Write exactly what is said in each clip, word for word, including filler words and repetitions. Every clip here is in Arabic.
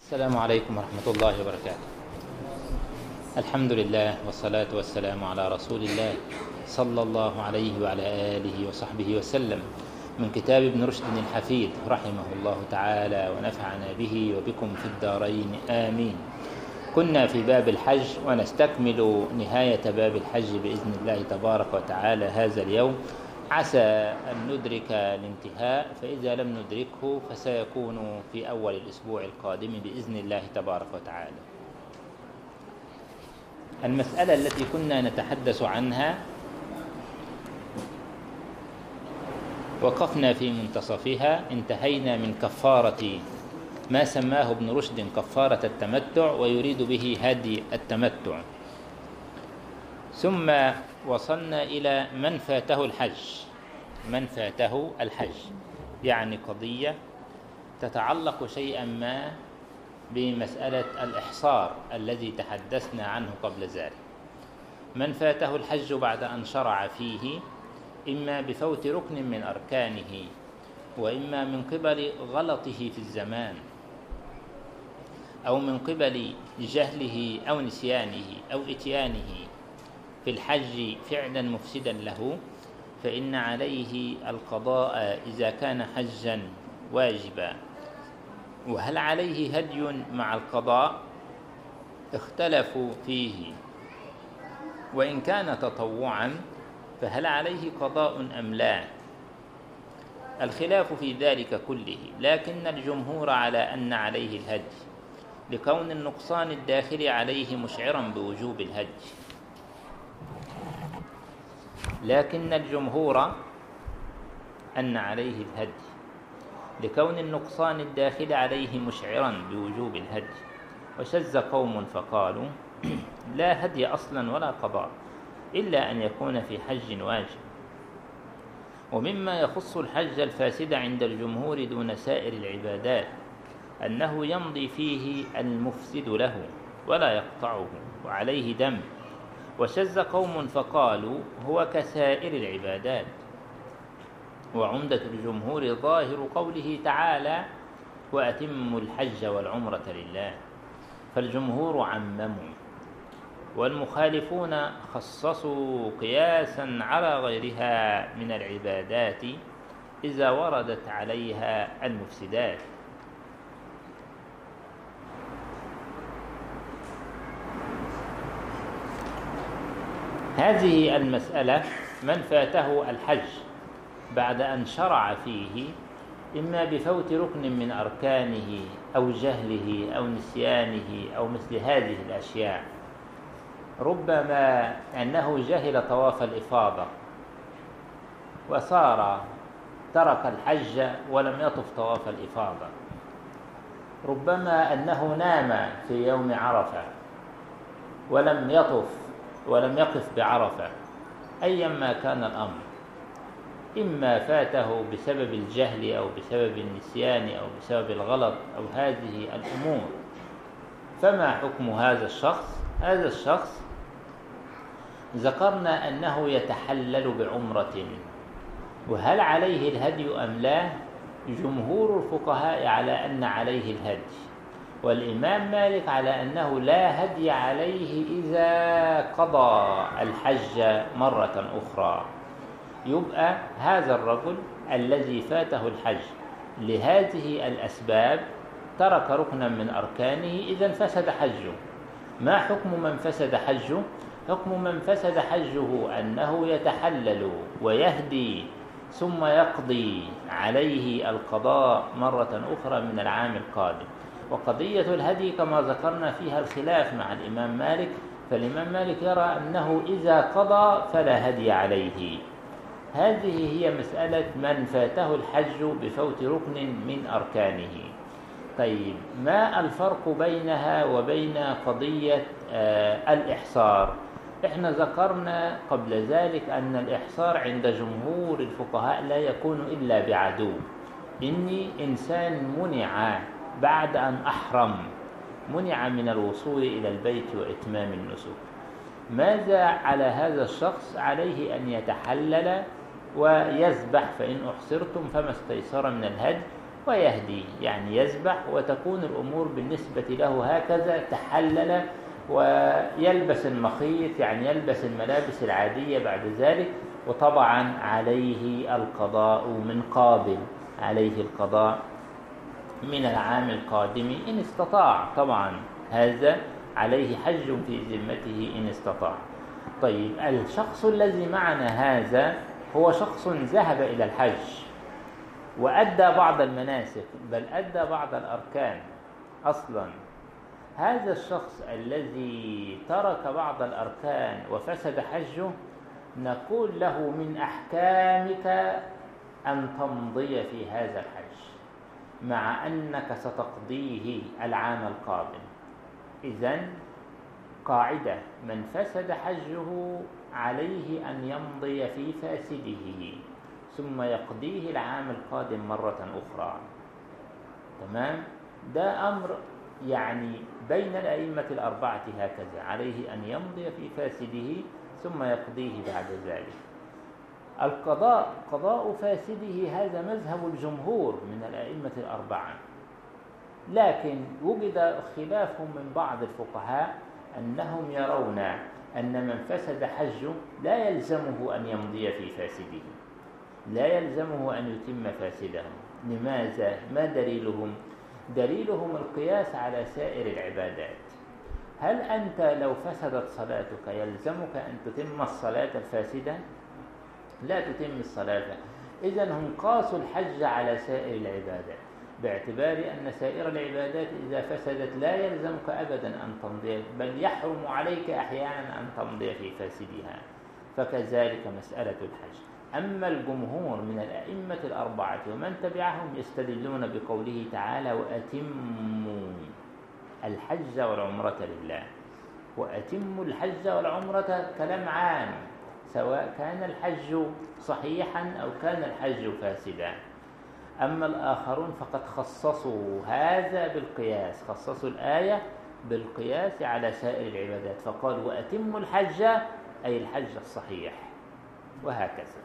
السلام عليكم ورحمة الله وبركاته. الحمد لله والصلاة والسلام على رسول الله صلى الله عليه وعلى آله وصحبه وسلم، من كتاب ابن رشد الحفيد رحمه الله تعالى ونفعنا به وبكم في الدارين آمين. كنا في باب الحج ونستكمل نهاية باب الحج بإذن الله تبارك وتعالى هذا اليوم، عسى أن ندرك الانتهاء، فإذا لم ندركه فسيكون في أول الأسبوع القادم بإذن الله تبارك وتعالى. المسألة التي كنا نتحدث عنها وقفنا في منتصفها، انتهينا من كفارة ما سماه ابن رشد كفارة التمتع، ويريد به هدي التمتع. ثم وصلنا إلى من فاته الحج. من فاته الحج يعني قضية تتعلق شيئا ما بمسألة الإحصار الذي تحدثنا عنه قبل ذلك. من فاته الحج بعد أن شرع فيه، إما بفوت ركن من أركانه، وإما من قبل غلطه في الزمان، أو من قبل جهله أو نسيانه أو إتيانه في الحج فعلا مفسدا له، فإن عليه القضاء إذا كان حجا واجبا. وهل عليه هدي مع القضاء؟ اختلفوا فيه. وإن كان تطوعا فهل عليه قضاء أم لا؟ الخلاف في ذلك كله، لكن الجمهور على أن عليه الهدي، لكون النقصان الداخلي عليه مشعرا بوجوب الهدي. لكن الجمهور أن عليه الهدي لكون النقصان الداخل عليه مشعرا بوجوب الهدي. وشذ قوم فقالوا لا هدي أصلا ولا قضاء إلا أن يكون في حج واجب. ومما يخص الحج الفاسد عند الجمهور دون سائر العبادات أنه يمضي فيه المفسد له ولا يقطعه وعليه دم. وشذ قوم فقالوا هو كسائر العبادات. وعمدة الجمهور ظاهر قوله تعالى وأتموا الحج والعمرة لله، فالجمهور عمموا، والمخالفون خصصوا قياسا على غيرها من العبادات إذا وردت عليها المفسدات. هذه المسألة من فاته الحج بعد أن شرع فيه، إما بفوت ركن من أركانه أو جهله أو نسيانه أو مثل هذه الأشياء، ربما أنه جهل طواف الإفاضة وصار ترك الحج ولم يطف طواف الإفاضة، ربما أنه نام في يوم عرفة ولم يطف ولم يقف بعرفة. أيما كان الأمر، إما فاته بسبب الجهل أو بسبب النسيان أو بسبب الغلط أو هذه الأمور، فما حكم هذا الشخص؟ هذا الشخص ذكرنا أنه يتحلل بعمرة، وهل عليه الهدي أم لا؟ جمهور الفقهاء على أن عليه الهدي، والإمام مالك على أنه لا هدي عليه إذا قضى الحج مرة أخرى. يبقى هذا الرجل الذي فاته الحج لهذه الأسباب ترك ركنا من أركانه، إذن فسد حجه. ما حكم من فسد حجه؟ حكم من فسد حجه أنه يتحلل ويهدي ثم يقضي عليه القضاء مرة أخرى من العام القادم. وقضية الهدي كما ذكرنا فيها الخلاف مع الإمام مالك، فالإمام مالك يرى أنه إذا قضى فلا هدي عليه. هذه هي مسألة من فاته الحج بفوت ركن من أركانه. طيب، ما الفرق بينها وبين قضية آه الإحصار؟ إحنا ذكرنا قبل ذلك أن الإحصار عند جمهور الفقهاء لا يكون إلا بعدو. إني إنسان منع بعد أن أحرم، منع من الوصول إلى البيت وإتمام النسك، ماذا على هذا الشخص؟ عليه أن يتحلل ويذبح، فإن أحصرتم فما استيسر من الهدي، ويهدي، يعني يذبح وتكون الأمور بالنسبة له هكذا، تحلل ويلبس المخيط، يعني يلبس الملابس العادية بعد ذلك. وطبعا عليه القضاء من قابل، عليه القضاء من العام القادم إن استطاع، طبعا هذا عليه حج في ذمته إن استطاع. طيب الشخص الذي معنا هذا هو شخص ذهب إلى الحج وأدى بعض المناسك، بل أدى بعض الأركان أصلا. هذا الشخص الذي ترك بعض الأركان وفسد حجه، نقول له من أحكامك أن تمضي في هذا الحج، مع أنك ستقضيه العام القادم. إذن قاعدة: من فسد حجه عليه أن يمضي في فاسده ثم يقضيه العام القادم مرة أخرى. تمام؟ ده أمر يعني بين الأئمة الأربعة هكذا، عليه أن يمضي في فاسده ثم يقضيه بعد ذلك. القضاء، قضاء فاسده، هذا مذهب الجمهور من الأئمة الأربعة، لكن وجد خلاف من بعض الفقهاء أنهم يرون أن من فسد حجه لا يلزمه أن يمضي في فاسده، لا يلزمه أن يتم فاسده. لماذا؟ ما دليلهم؟ دليلهم القياس على سائر العبادات. هل أنت لو فسدت صلاتك يلزمك أن تتم الصلاة الفاسدة؟ لا تتم الصلاة. إذن هم قاسوا الحج على سائر العبادات، باعتبار أن سائر العبادات إذا فسدت لا يلزمك أبدا أن تمضي، بل يحرم عليك أحيانا أن تمضي في فاسدها. فكذلك مسألة الحج. أما الجمهور من الأئمة الأربعة ومن تبعهم يستدلون بقوله تعالى: وأتموا الحج والعمرة لله. وأتموا الحج والعمرة كلام عام، سواء كان الحج صحيحا أو كان الحج فاسدا. أما الآخرون فقد خصصوا هذا بالقياس، خصصوا الآية بالقياس على سائر العبادات، فقالوا: وأتموا الحج أي الحج الصحيح، وهكذا.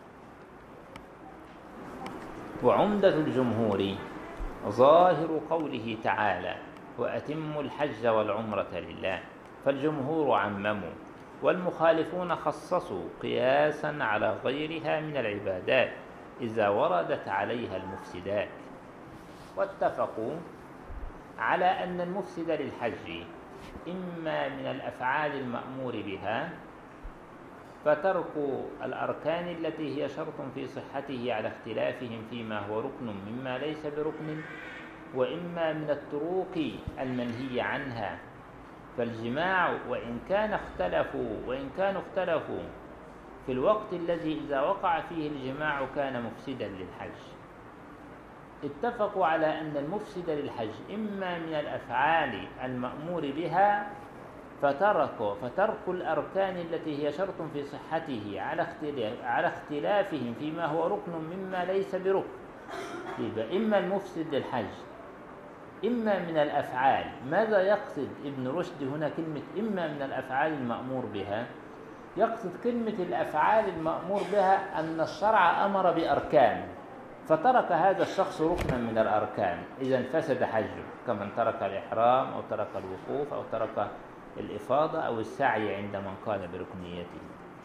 وعمدة الجمهور ظاهر قوله تعالى: وأتموا الحج والعمرة لله، فالجمهور عمموا، والمخالفون خصصوا قياسا على غيرها من العبادات إذا وردت عليها المفسدات. واتفقوا على أن المفسد للحج إما من الأفعال المأمور بها، فترك الأركان التي هي شرط في صحته على اختلافهم فيما هو ركن مما ليس بركن، وإما من الطرق المنهي عنها. فالجماع وإن كان اختلفوا وإن كانوا اختلفوا في الوقت الذي إذا وقع فيه الجماع كان مفسدا للحج، اتفقوا على أن المفسد للحج إما من الأفعال المأمور بها، فتركوا فترك الأركان التي هي شرط في صحته على اختلاف على اختلافهم فيما هو ركن مما ليس بركن. يبقى إما المفسد للحج إما من الأفعال. ماذا يقصد ابن رشد هنا كلمة إما من الأفعال المأمور بها؟ يقصد كلمة الأفعال المأمور بها أن الشرع أمر بأركان، فترك هذا الشخص ركنا من الأركان، إذن فسد حجه، كمن ترك الإحرام أو ترك الوقوف أو ترك الإفاضة أو السعي عند من قال بركنيته.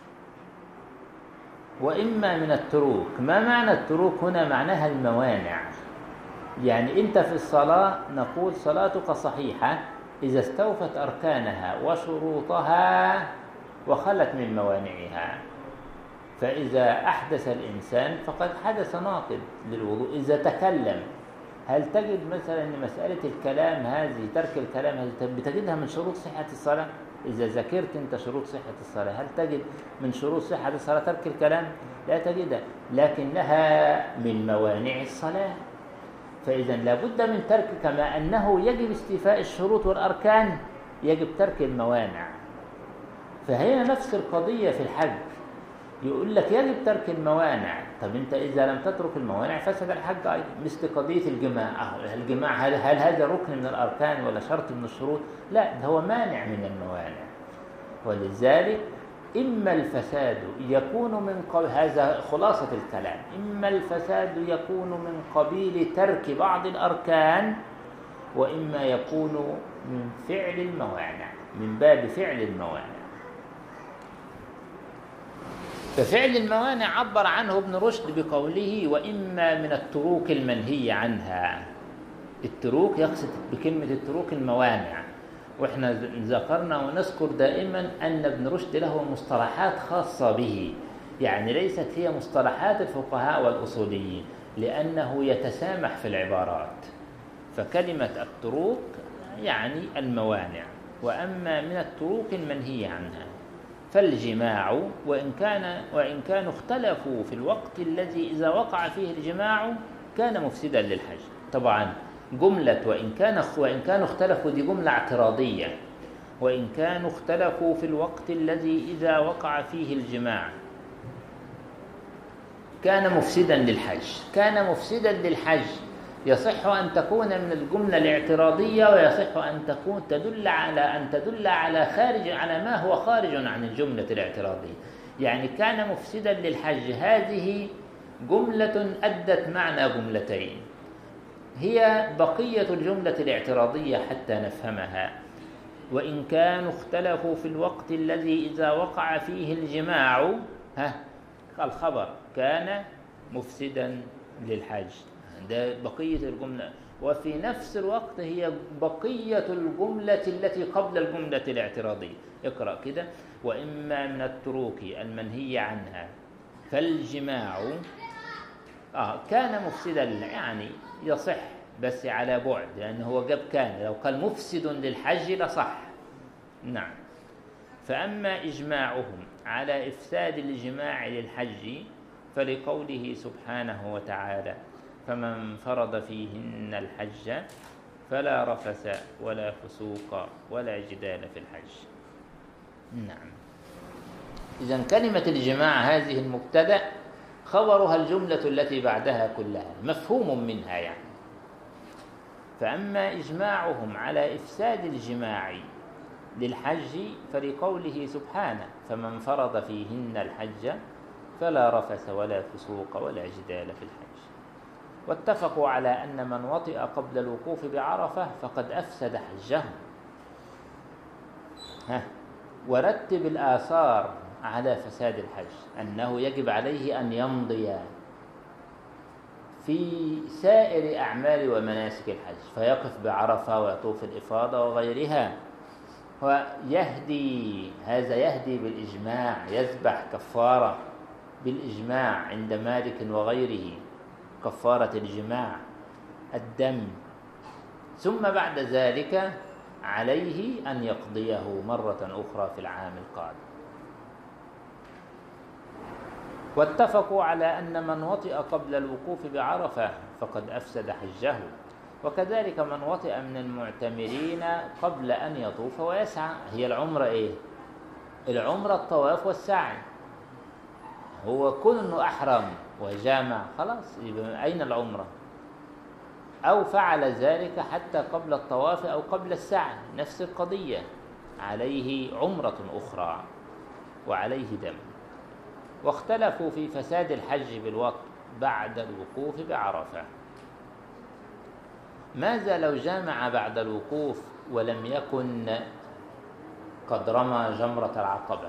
وإما من التروك. ما معنى التروك هنا؟ معناها الموانع. يعني أنت في الصلاة نقول صلاتك صحيحة إذا استوفت أركانها وشروطها وخلت من موانعها. فإذا أحدث الإنسان فقد حدث ناقض للوضوء. إذا تكلم، هل تجد مثلا أن مسألة الكلام هذه، ترك الكلام هذه، بتجدها من شروط صحة الصلاة؟ إذا ذكرت أنت شروط صحة الصلاة، هل تجد من شروط صحة الصلاة ترك الكلام؟ لا تجدها، لكنها من موانع الصلاة. فإذا لابد من ترك، كما أنه يجب استيفاء الشروط والأركان يجب ترك الموانع. فهي نفس القضية في الحج، يقول لك يجب ترك الموانع. طب أنت إذا لم تترك الموانع فسد الحج أيضا. مثل قضية الجماع، الجماع هل, هل هذا ركن من الأركان ولا شرط من الشروط؟ لا، ده هو مانع من الموانع. ولذلك إما الفساد يكون من قبيل، هذا خلاصة الكلام، إما الفساد يكون من قبيل ترك بعض الأركان، وإما يكون من فعل الموانع، من باب فعل الموانع. ففعل الموانع عبر عنه ابن رشد بقوله وإما من التروك المنهي عنها. التروك يقصد بكلمة التروك الموانع، وإحنا ذكرنا ونذكر دائما أن ابن رشد له مصطلحات خاصة به، يعني ليست هي مصطلحات الفقهاء والأصوليين، لأنه يتسامح في العبارات. فكلمة التروك يعني الموانع، وأما من التروك المنهي عنها فالجماع، وإن كان وإن كانوا اختلفوا في الوقت الذي إذا وقع فيه الجماع كان مفسدا للحج. طبعا جملة وإن كان وإن كانوا اختلفوا دي جملة اعتراضية، وإن كانوا اختلفوا في الوقت الذي إذا وقع فيه الجماع كان مفسدا للحج. كان مفسدا للحج يصح أن تكون من الجملة الاعتراضية، ويصح أن تكون تدل على أن تدل على خارج على ما هو خارج عن الجملة الاعتراضية. يعني كان مفسدا للحج هذه جملة أدت معنى جملتين، هي بقية الجملة الاعتراضية حتى نفهمها. وإن كانوا اختلفوا في الوقت الذي إذا وقع فيه الجماع، ها الخبر كان مفسدا للحج، ده بقية الجملة. وفي نفس الوقت هي بقية الجملة التي قبل الجملة الاعتراضية. اقرأ كده: وإما من التروك المنهي عنها فالجماع آه كان مفسدا، يعني يصح بس على بعد، لأنه هو جاب كان، لو قال مفسد للحج لصح. نعم. فأما إجماعهم على إفساد الجماع للحج فلقوله سبحانه وتعالى: فمن فرض فيهن الحج فلا رفث ولا فسوق ولا جدال في الحج. نعم. إذن كلمة الجماع هذه المبتدأ، خبرها الجملة التي بعدها كلها، مفهوم منها يعني. فأما إجماعهم على إفساد الجماع للحج فلقوله سبحانه: فمن فرض فيهن الحج فلا رفث ولا فسوق ولا جدال في الحج. واتفقوا على أن من وطئ قبل الوقوف بعرفة فقد أفسد حجه. ها ورتب الآثار على فساد الحج أنه يجب عليه أن يمضي في سائر أعمال ومناسك الحج، فيقف بعرفة ويطوف الإفاضة وغيرها، ويهدي، هذا يهدي بالإجماع، يذبح كفارة بالإجماع عند مالك وغيره، كفارة الجماع الدم. ثم بعد ذلك عليه أن يقضيه مرة أخرى في العام القادم. واتفقوا على أن من وطئ قبل الوقوف بعرفة فقد أفسد حجه، وكذلك من وطئ من المعتمرين قبل أن يطوف ويسعى. هي العمرة إيه؟ العمرة الطواف والسعي. هو كون أنه أحرم وجامع خلاص، يبقى أين العمرة؟ أو فعل ذلك حتى قبل الطواف أو قبل السعي، نفس القضية، عليه عمرة أخرى وعليه دم. واختلفوا في فساد الحج بالوقت بعد الوقوف بعرفة. ماذا لو جامع بعد الوقوف ولم يكن قد رمى جمرة العقبة؟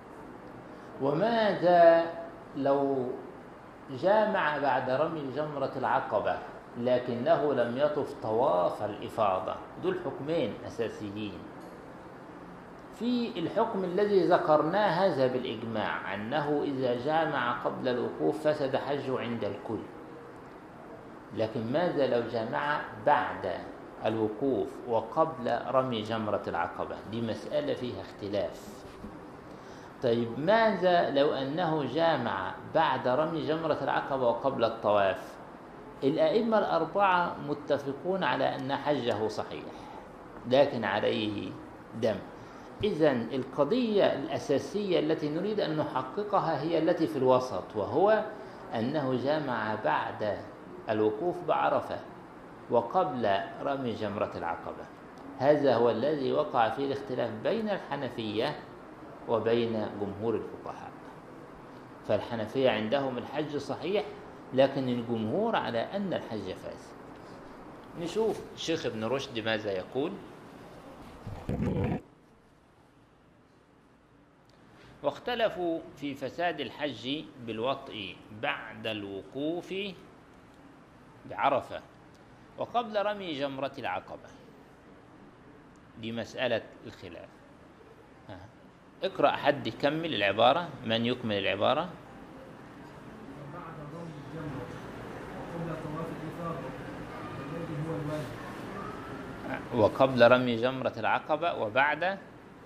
وماذا لو جامع بعد رمي جمرة العقبة لكنه لم يطف طواف الإفاضة؟ دول حكمين أساسيين. في الحكم الذي ذكرناه هذا بالإجماع أنه إذا جامع قبل الوقوف فسد حجه عند الكل، لكن ماذا لو جامع بعد الوقوف وقبل رمي جمرة العقبة؟ دي مسألة فيها اختلاف. طيب ماذا لو أنه جامع بعد رمي جمرة العقبة وقبل الطواف؟ الأئمة الأربعة متفقون على أن حجه صحيح لكن عليه دم. إذن القضية الأساسية التي نريد أن نحققها هي التي في الوسط، وهو أنه جامع بعد الوقوف بعرفة وقبل رمي جمرة العقبة. هذا هو الذي وقع فيه الاختلاف بين الحنفية وبين جمهور الفقهاء. فالحنفية عندهم الحج صحيح، لكن الجمهور على أن الحج فاسد. نشوف الشيخ ابن رشد ماذا يقول. واختلفوا في فساد الحج بالوطء بعد الوقوف بعرفة وقبل رمي جمرة العقبة. دي مسألة الخلاف. اقرأ حد يكمل العبارة، من يكمل العبارة؟ بعد رمي الجمرة وقبل طواف الإفاضة الذي هو الواجب. وقبل رمي جمرة العقبة وبعد وبعد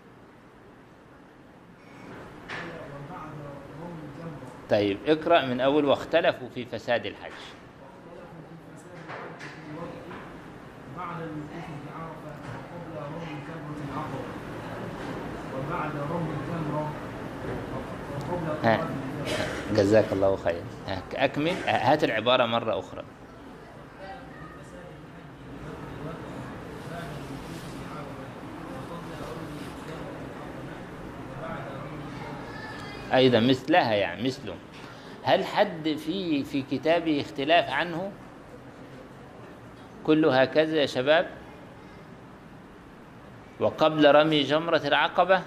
رمي الجمرة. طيب اقرأ من أول. واختلفوا في فساد الحج. واختلفوا في فساد الحج في الوقت بعد الوقوف بعرفة وقبل رمي جمرة العقبة وبعد رمي الجمرة وقبل طواف ها. الإفاضة. جزاك الله خير. أكمل، هات العبارة مرة أخرى. أيضا مثلها، يعني مثله. هل حد في في كتابه اختلاف عنه؟ كله هكذا يا شباب؟ وقبل رمي جمرة العقبة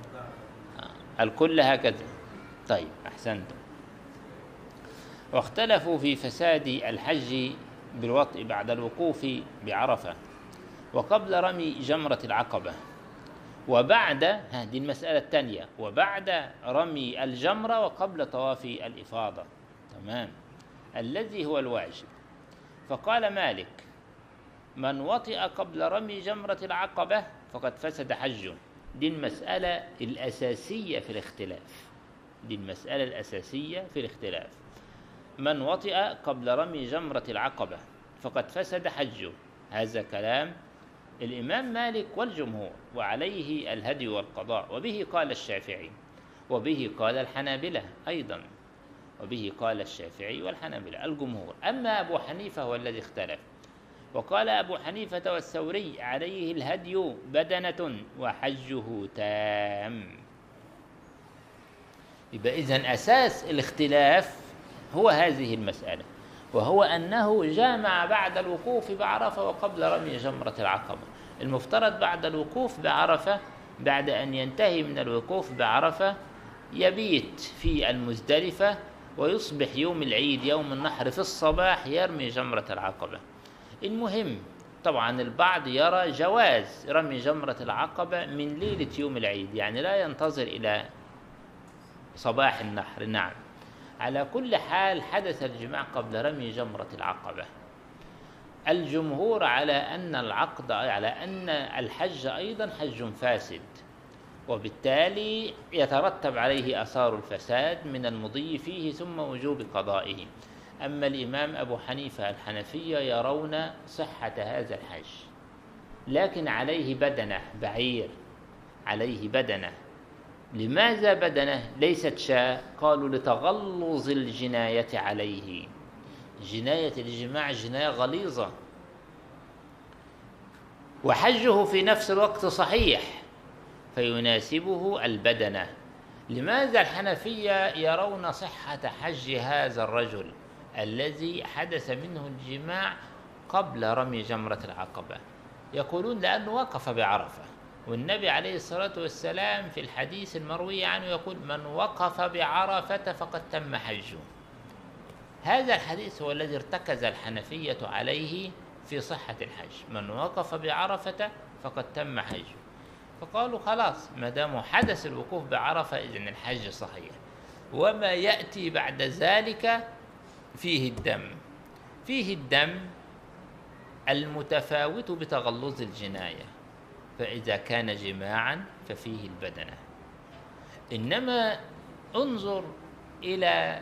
الكل هكذا. طيب أحسنتم. واختلفوا في فساد الحج بالوطء بعد الوقوف بعرفة وقبل رمي جمرة العقبة وبعد، هذه المسألة الثانية، وبعد رمي الجمرة وقبل طواف الإفاضة. تمام. الذي هو الواجب. فقال مالك: من وطئ قبل رمي جمرة العقبة فقد فسد حجه. دي المسألة الأساسية في الاختلاف. دي المسألة الأساسية في الاختلاف. من وطئ قبل رمي جمرة العقبة فقد فسد حجه. هذا كلام الإمام مالك والجمهور، وعليه الهدي والقضاء، وبه قال الشافعي، وبه قال الحنابلة أيضا، وبه قال الشافعي والحنابلة الجمهور. أما أبو حنيفة هو الذي اختلف، وقال أبو حنيفة والثوري: عليه الهدي بدنة وحجه تام. يبقى إذن أساس الاختلاف هو هذه المسألة، وهو أنه جامع بعد الوقوف بعرفة وقبل رمي جمرة العقبة. المفترض بعد الوقوف بعرفة، بعد أن ينتهي من الوقوف بعرفة، يبيت في المزدلفة ويصبح يوم العيد يوم النحر في الصباح يرمي جمرة العقبة. المهم طبعا البعض يرى جواز رمي جمرة العقبة من ليلة يوم العيد، يعني لا ينتظر إلى صباح النحر. نعم، على كل حال حدث الجماع قبل رمي جمرة العقبة. الجمهور على أن العقد، على أن الحج أيضا حج فاسد، وبالتالي يترتب عليه آثار الفساد من المضي فيه ثم وجوب قضائه. أما الإمام أبو حنيفة الحنفية يرون صحة هذا الحج، لكن عليه بدنة بعير، عليه بدنة. لماذا بدنة ليست شاة؟ قالوا لتغلظ الجناية عليه. جناية الجماع جناية غليظة، وحجه في نفس الوقت صحيح فيناسبه البدنة. لماذا الحنفية يرون صحة حج هذا الرجل الذي حدث منه الجماع قبل رمي جمرة العقبة؟ يقولون لأنه وقف بعرفة، والنبي عليه الصلاة والسلام في الحديث المروي عنه يقول: من وقف بعرفة فقد تم حجه. هذا الحديث هو الذي ارتكز الحنفية عليه في صحة الحج. من وقف بعرفة فقد تم حجه. فقالوا خلاص، ما دام حدث الوقوف بعرفة إذن الحج صحيح، وما يأتي بعد ذلك فيه الدم، فيه الدم المتفاوت بتغلظ الجناية، فإذا كان جماعا ففيه البدنة. إنما انظر إلى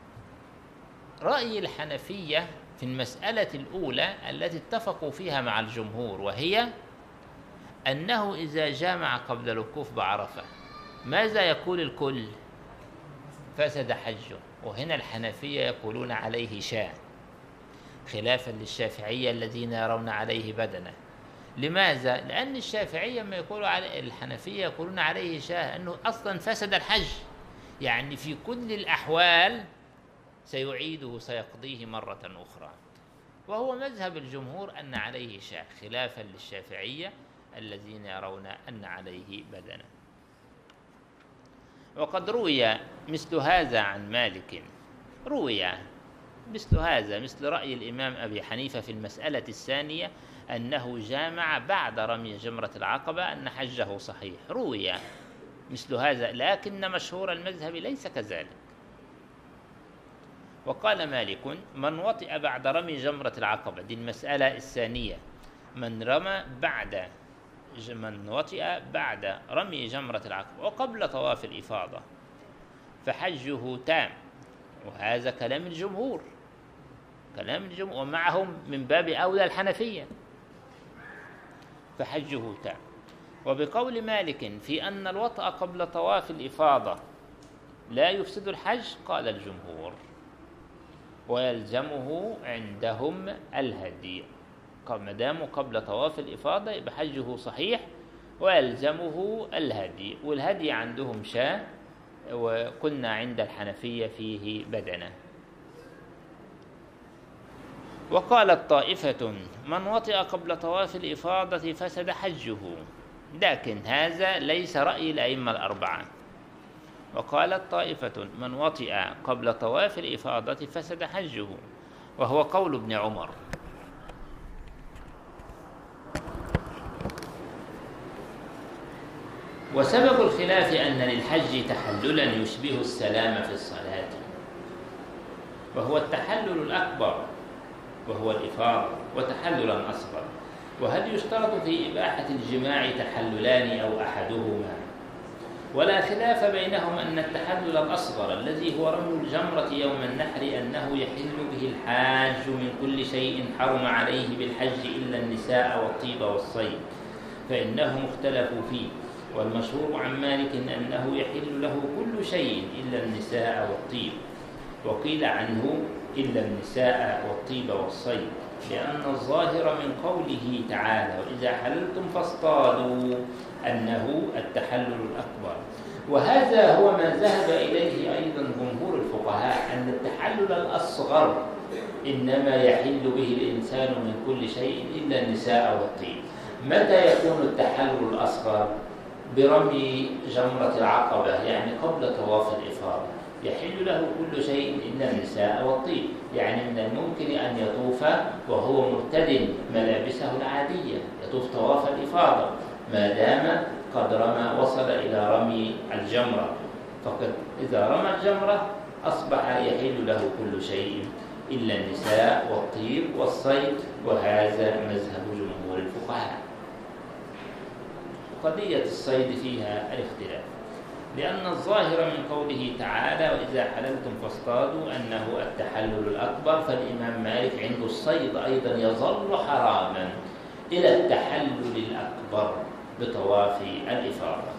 رأي الحنفية في المسألة الأولى التي اتفقوا فيها مع الجمهور، وهي أنه إذا جامع قبل الوقوف بعرفة ماذا يقول الكل؟ فسد حجه. وهنا الحنفية يقولون عليه شاة، خلافا للشافعية الذين يرون عليه بدنة. لماذا؟ لأن الشافعية ما يقولوا على الحنفية يقولون عليه شاه أنه أصلا فسد الحج، يعني في كل الأحوال سيعيده سيقضيه مرة أخرى. وهو مذهب الجمهور أن عليه شاه، خلافا للشافعية الذين يرون أن عليه بدنة. وقد روي مثل هذا عن مالك، روي مثل هذا مثل رأي الإمام أبي حنيفة في المسألة الثانية أنه جامع بعد رمي جمرة العقبة أن حجه صحيح، روي مثل هذا، لكن مشهور المذهب ليس كذلك. وقال مالك: من وطئ بعد رمي جمرة العقبة، دي المسألة الثانية، من رمى بعد من وطئ بعد رمي جمرة العقبة وقبل طواف الإفاضة فحجه تام. وهذا كلام الجمهور، كلام الجمهور، ومعهم من باب أولى الحنفية، فحجه تام. وبقول مالك في أن الوطأ قبل طواف الإفاضة لا يفسد الحج قال الجمهور، ويلزمه عندهم الهدي، ما دام قبل طواف الإفاضة يبقى حجه صحيح ويلزمه الهدي، والهدي عندهم شاة، وقلنا عند الحنفية فيه بدنة. وقالت طائفة: من وطئ قبل طواف الإفاضة فسد حجه، لكن هذا ليس رأي الأئمة الأربعة. وقالت طائفة: من وطئ قبل طواف الإفاضة فسد حجه، وهو قول ابن عمر. وسبب الخلاف أن للحج تحللا يشبه السلام في الصلاة، وهو التحلل الأكبر وهو الإفاضة، وتحللا أصغر. وهل يشترط في إباحة الجماع تحللان أو أحدهما؟ ولا خلاف بينهم أن التحلل الأصغر الذي هو رمي الجمرة يوم النحر أنه يحل به الحاج من كل شيء حرم عليه بالحج إلا النساء والطيب والصيد، فإنهم اختلفوا فيه. والمشهور عن مالك أنه يحل له كل شيء إلا النساء والطيب، وقيل عنه إلا النساء والطيب والصيد، لأن الظاهر من قوله تعالى: وإذا حللتم فاصطادوا، أنه التحلل الأكبر. وهذا هو ما ذهب إليه أيضا جمهور الفقهاء، أن التحلل الأصغر إنما يحل به الإنسان من كل شيء إلا النساء والطيب. متى يكون التحلل الأصغر؟ برمي جمرة العقبة، يعني قبل طواف الإفاضة، يحل له كل شيء إلا النساء والطيب، يعني من الممكن أن يطوف وهو مرتدٍ ملابسه العادية، يطوف طواف الإفاضة ما دام قد رمى وصل إلى رمي الجمرة، فقد إذا رمى الجمرة أصبح يحل له كل شيء إلا النساء والطيب والصيد، وهذا مذهب جمهور الفقهاء. قضية الصيد فيها الاختلاف، لأن الظاهر من قوله تعالى: وإذا حللتم فاصطادوا، أنه التحلل الأكبر، فالإمام مالك عنده الصيد أيضا يظل حراما إلى التحلل الأكبر بطواف الإفاضة.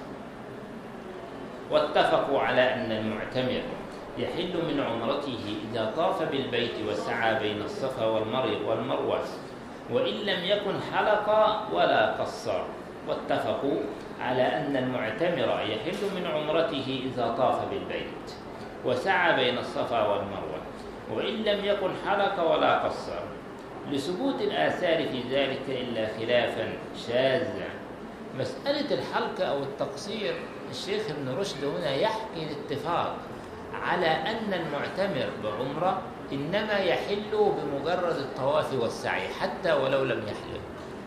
واتفقوا على أن المعتمر يحل من عمرته إذا طاف بالبيت وسعى بين الصفا والمروة، وإن لم يكن حلق ولا قصر. واتفقوا على أن المعتمر يحل من عمرته إذا طاف بالبيت وسعى بين الصفا والمروة، وإن لم يكن حلق ولا قصر، لثبوت الآثار في ذلك إلا خلافا شاذا. مسألة الحلق أو التقصير، الشيخ ابن رشد هنا يحكي الاتفاق على أن المعتمر بعمرة إنما يحل بمجرد الطواف والسعي حتى ولو لم يحلق،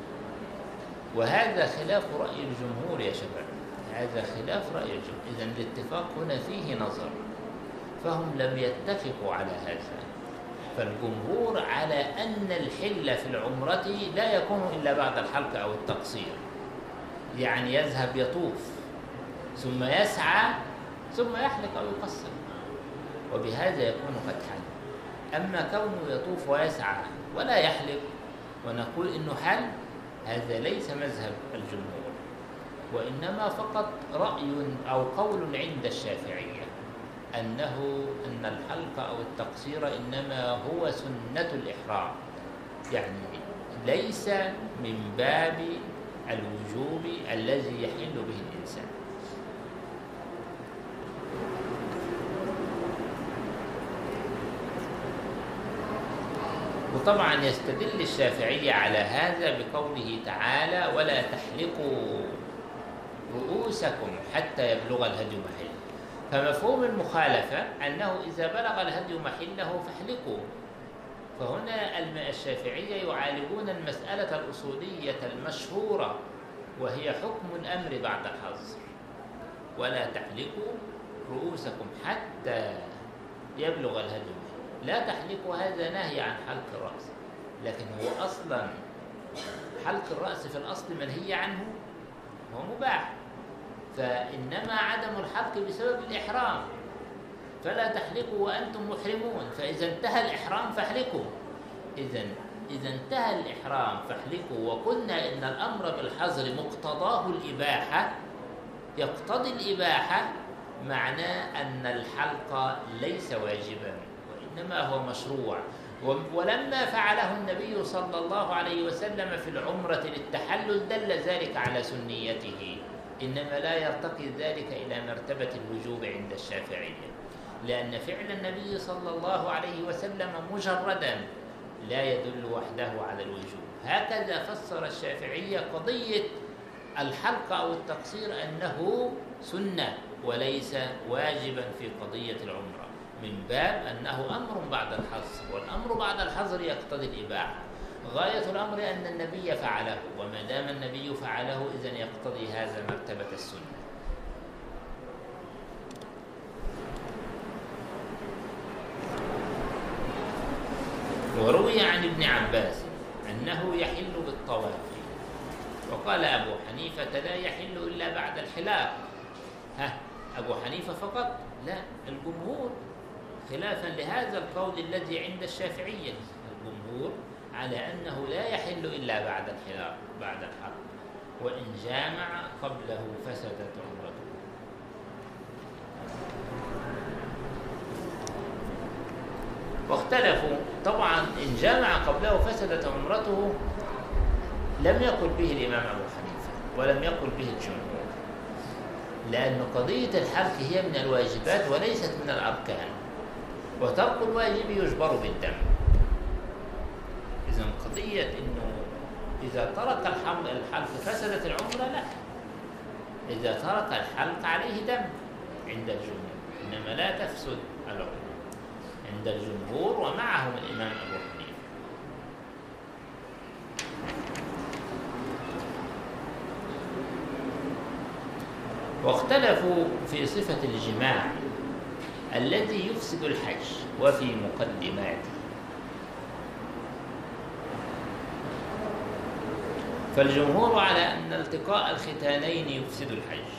وهذا خلاف رأي الجمهور يا شباب، هذا خلاف رأي الجمهور. إذن الاتفاق هنا فيه نظر، فهم لم يتفقوا على هذا. فالجمهور على أن الحل في العمرة لا يكون إلا بعد الحلق أو التقصير، يعني يذهب يطوف ثم يسعى ثم يحلق أو يقصر، وبهذا يكون قد حل. أما كونه يطوف ويسعى ولا يحلق ونقول إنه حل، هذا ليس مذهب الجمهور، وإنما فقط رأي أو قول عند الشافعية أنه أن الحلق أو التقصير إنما هو سنة الإحرام، يعني ليس من باب الوجوب الذي يحل به الإنسان. وطبعا يستدل الشافعي على هذا بقوله تعالى: ولا تحلقوا رؤوسكم حتى يبلغ الهدي محله. فمفهوم المخالفة أنه إذا بلغ الهدي محله فاحلقوا. فهنا الشافعية يعالجون المسألة الأصولية المشهورة وهي حكم الأمر بعد الحظر: ولا تحلقوا رؤوسكم حتى يبلغ الهدي محله. لا تحلقوا هذا نهي عن حلق الرأس، لكن هو أصلا حلق الرأس في الأصل منهي عنه، هو مباح، فإنما عدم الحلق بسبب الإحرام. فلا تحلقوا وأنتم محرمون، فإذا انتهى الإحرام فاحلقوا. إذا إذا انتهى الإحرام فاحلقوا، وقلنا إن الأمر بالحظر مقتضاه الإباحة، يقتضي الإباحة، معناه أن الحلق ليس واجبا وإنما هو مشروع. ولما فعله النبي صلى الله عليه وسلم في العمرة للتحلل دل ذلك على سنيته، إنما لا يرتقي ذلك إلى مرتبة الوجوب عند الشافعية، لأن فعل النبي صلى الله عليه وسلم مجردا لا يدل وحده على الوجوب. هكذا فسر الشافعية قضية الحلق أو التقصير أنه سنة وليس واجبا في قضية العمرة، من باب أنه أمر بعد الحظر، والأمر بعد الحظر يقتضي الإباحة. غاية الأمر أن النبي فعله، وما دام النبي فعله إذن يقتضي هذا مرتبة السنة. وروي عن ابن عباس أنه يحل بالطواف، وقال أبو حنيفة لا يحل إلا بعد الحلاق. ها، أبو حنيفة فقط؟ لا، الجمهور، خلافا لهذا القول الذي عند الشافعية، الجمهور على أنه لا يحل إلا بعد الحلاق، بعد الحلق، وإن جامع قبله فسدت عمرته. واختلفوا طبعا، إن جامع قبله فسدت عمرته لم يقل به الإمام أبو حنيفة ولم يقل به الجمهور، لأن قضية الحلق هي من الواجبات وليست من الأركان، وترك الواجب يجبر بالدم. إذن قضية إنه إذا ترك الحلق فسدت العمرة، لا، إذا ترك الحلق عليه دم عند الجمهور، إنما لا تفسد العمرة عند الجمهور ومعهم الإمام أبو حنيفة. واختلفوا في صفة الجماع الذي يفسد الحج وفي مقدماته. فالجمهور على أن التقاء الختانين يفسد الحج،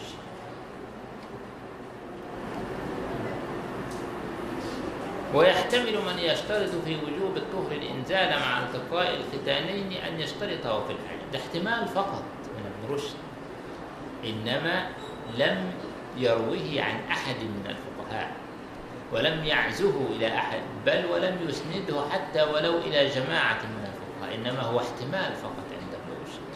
ويحتمل من يشترط في وجوب الطهر الإنزال مع التقاء الختانين أن يشترطه في الحج. ده احتمال فقط من ابن رشد، إنما لم يروه عن أحد من الفقهاء ولم يعزه إلى أحد، بل ولم يسنده حتى ولو إلى جماعة من الفقهاء، إنما هو احتمال فقط عند ابن رشد.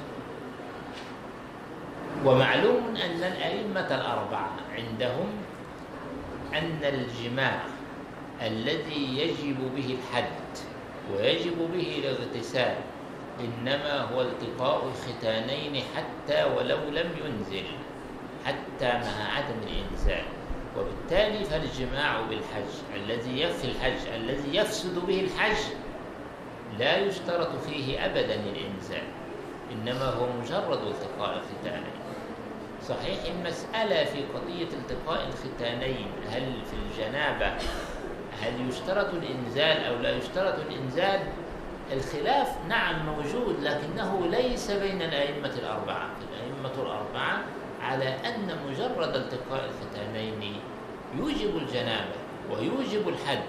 ومعلوم أن الأئمة الأربعة عندهم أن الجماع الذي يجب به الحد ويجب به الاغتسال إنما هو التقاء الختانين حتى ولو لم ينزل، حتى مع عدم الإنزال. وبالتالي فالجماع بالحج الذي يفي الحج الذي يفسد به الحج لا يشترط فيه أبدا الإنزال، إنما هو مجرد التقاء الختانين. صحيح المسألة في قضية التقاء الختانين، هل في الجنابة هل يشترط الإنزال أو لا يشترط الإنزال؟ الخلاف نعم موجود، لكنه ليس بين الأئمة الأربعة. الأئمة الأربعة على أن مجرد التقاء الختانين يوجب الجنابة ويوجب الحد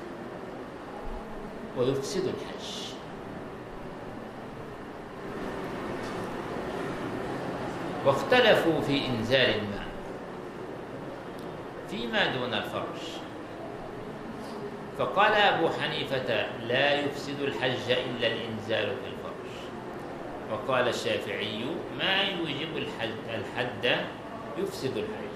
ويفسد الحج. واختلفوا في إنزال الماء فيما دون الفرج، فقال أبو حنيفة لا يفسد الحج إلا الإنزال في الفرج، وقال الشافعي ما يوجب الحد, الحد يفسد الحج.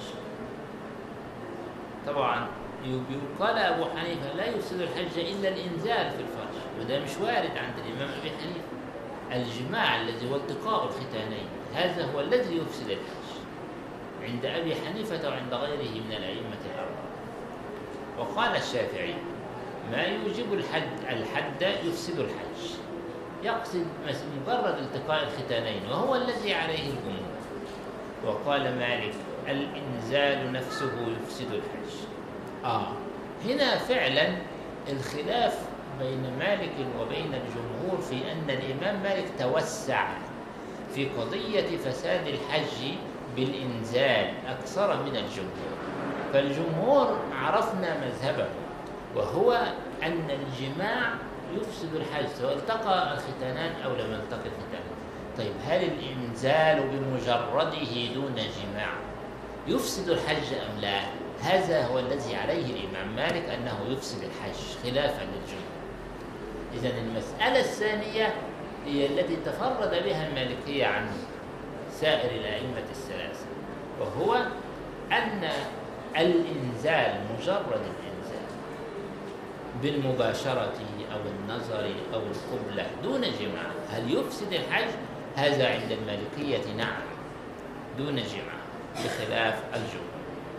طبعا قال أبو حنيفة لا يفسد الحج إلا الإنزال في الفرج، وده مش وارد عند الإمام أبي حنيفة. الجماع الذي هو التقاء الختانين هذا هو الذي يفسد الحج عند أبي حنيفة وعند غيره من الأئمة الأربعة. وقال الشافعي ما يوجب الحد الحد يفسد الحج، يقصد مجرد التقاء الختانين وهو الذي عليه الجمهور. وقال مالك الإنزال نفسه يفسد الحج. آه هنا فعلا الخلاف بين مالك وبين الجمهور في أن الإمام مالك توسع في قضية فساد الحج بالإنزال أكثر من الجمهور. فالجمهور عرفنا مذهبه وهو أن الجماع يفسد الحج سواء التقى الختانان أو لم يلتقي الختانان. طيب هل الإنزال بمجرده دون جماع يفسد الحج أم لا؟ هذا هو الذي عليه الإمام مالك أنه يفسد الحج خلافا للجمهور. إذن المسألة الثانية هي التي تفرد بها المالكية عن سائر الأئمة الثلاثة، وهو أن الإنزال مجرد الإنزال بالمباشرة أو النظر أو القبلة دون جماع هل يفسد الحج؟ هذا عند المالكية نعم دون جماع بخلاف الجمهور.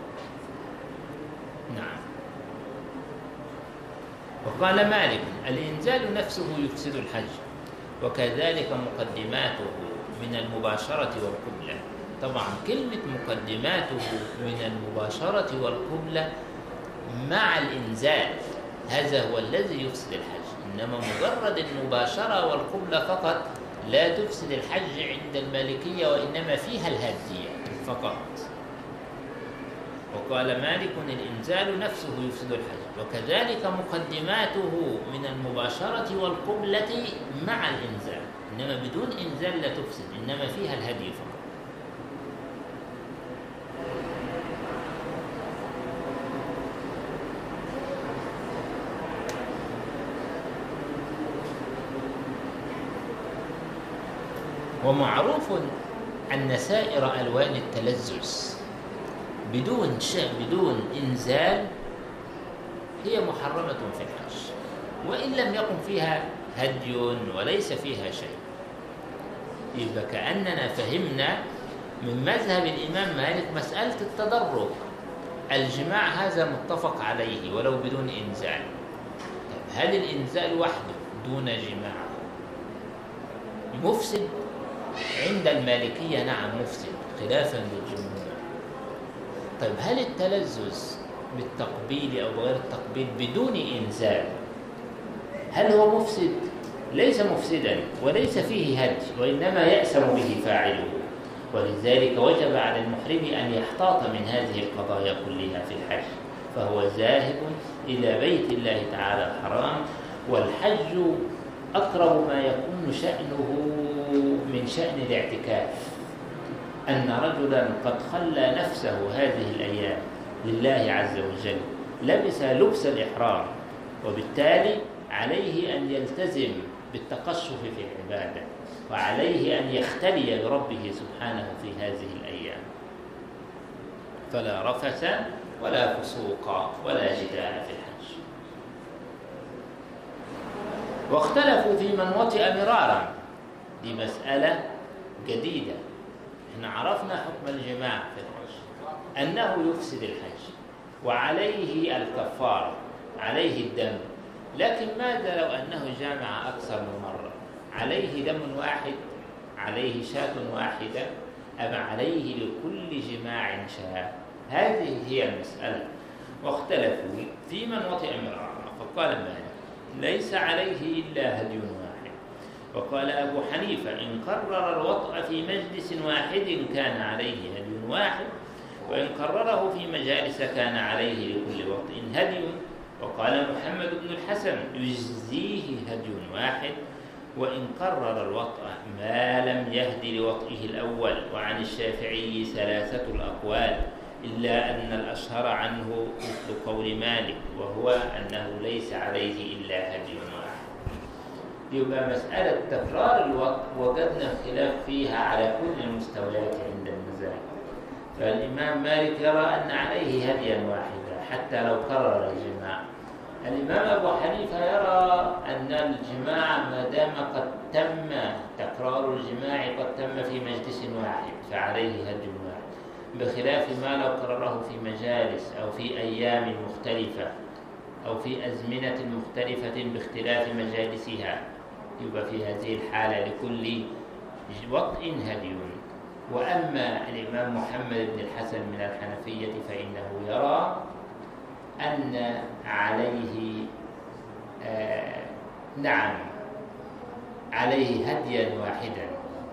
نعم. وقال مالك الإنزال نفسه يفسد الحج وكذلك مقدماته من المباشرة والقبلة. طبعا كلمة مقدماته من المباشرة والقبلة مع الإنزال هذا هو الذي يفسد الحج، إنما مجرد المباشرة والقبلة فقط لا تفسد الحج عند المالكية وإنما فيها الهدي فقط. وقال مالك الإنزال نفسه يفسد الحج وكذلك مقدماته من المباشرة والقبلة مع الإنزال، إنما بدون إنزال لا تفسد إنما فيها الهدي فقط. ومعروف أن سائر ألوان التلذذ بدون شيء بدون إنزال هي محرمة في الحج وإن لم يكن فيها هدي وليس فيها شيء. يبقى كأننا فهمنا من مذهب الإمام مالك مسألة التدرج. الجماع هذا متفق عليه ولو بدون إنزال. طب هل الإنزال وحده دون جماع مفسد؟ عند المالكية نعم مفسد خلافا للجمهور. طيب هل التلذذ بالتقبيل أو غير التقبيل بدون إنزال هل هو مفسد؟ ليس مفسدا وليس فيه هدي وإنما يأثم به فاعله، ولذلك وجب على المحرم أن يحتاط من هذه القضايا كلها في الحج، فهو ذاهب إلى بيت الله تعالى الحرام. والحج أقرب ما يكون شأنه من شأن الاعتكاف، أن رجلا قد خلى نفسه هذه الأيام لله عز وجل لبس لبس الإحرام، وبالتالي عليه أن يلتزم بالتقشف في العبادة وعليه أن يختلي بربه سبحانه في هذه الأيام، فلا رفث ولا فسوق ولا جدال في الحج. واختلفوا في من وطئ مرارا، دي مسألة جديدة. احنا عرفنا حكم الجماع في الحج أنه يفسد الحج وعليه الكفارة عليه الدم، لكن ماذا لو أنه جامع أكثر من مرة؟ عليه دم واحد؟ عليه شاة واحدة؟ أم عليه لكل جماع شاة؟ هذه هي المسألة. واختلفوا في من وطئ مرارا، فقال مالك ليس عليه إلا هدي واحد. وقال أبو حنيفة إن قرر الوطء في مجلس واحد كان عليه هدي واحد، وإن قرره في مجالس كان عليه لكل وطء هدي. وقال محمد بن الحسن يجزيه هدي واحد وإن قرر الوطء ما لم يهد لوطئه الأول. وعن الشافعي ثلاثة الأقوال إلا أن الأشهر عنه مثل قول مالك، وهو أنه ليس عليه إلا هدي واحد. يبقى مسألة تكرار الوقت وجدنا الخلاف فيها على كل المستويات عند المذاهب. فالإمام مالك يرى أن عليه هديا واحدا حتى لو كرر الجماع. الإمام أبو حنيفة يرى أن الجماع ما دام قد تم تكرار الجماع قد تم في مجلس واحد فعليه هدي واحد، بخلاف ما لو كرره في مجالس أو في أيام مختلفة أو في أزمنة مختلفة باختلاف مجالسها، يبقى في هذه الحالة لكل وطء هدي. وأما الإمام محمد بن الحسن من الحنفية فإنه يرى أن عليه آه نعم عليه هديا واحدا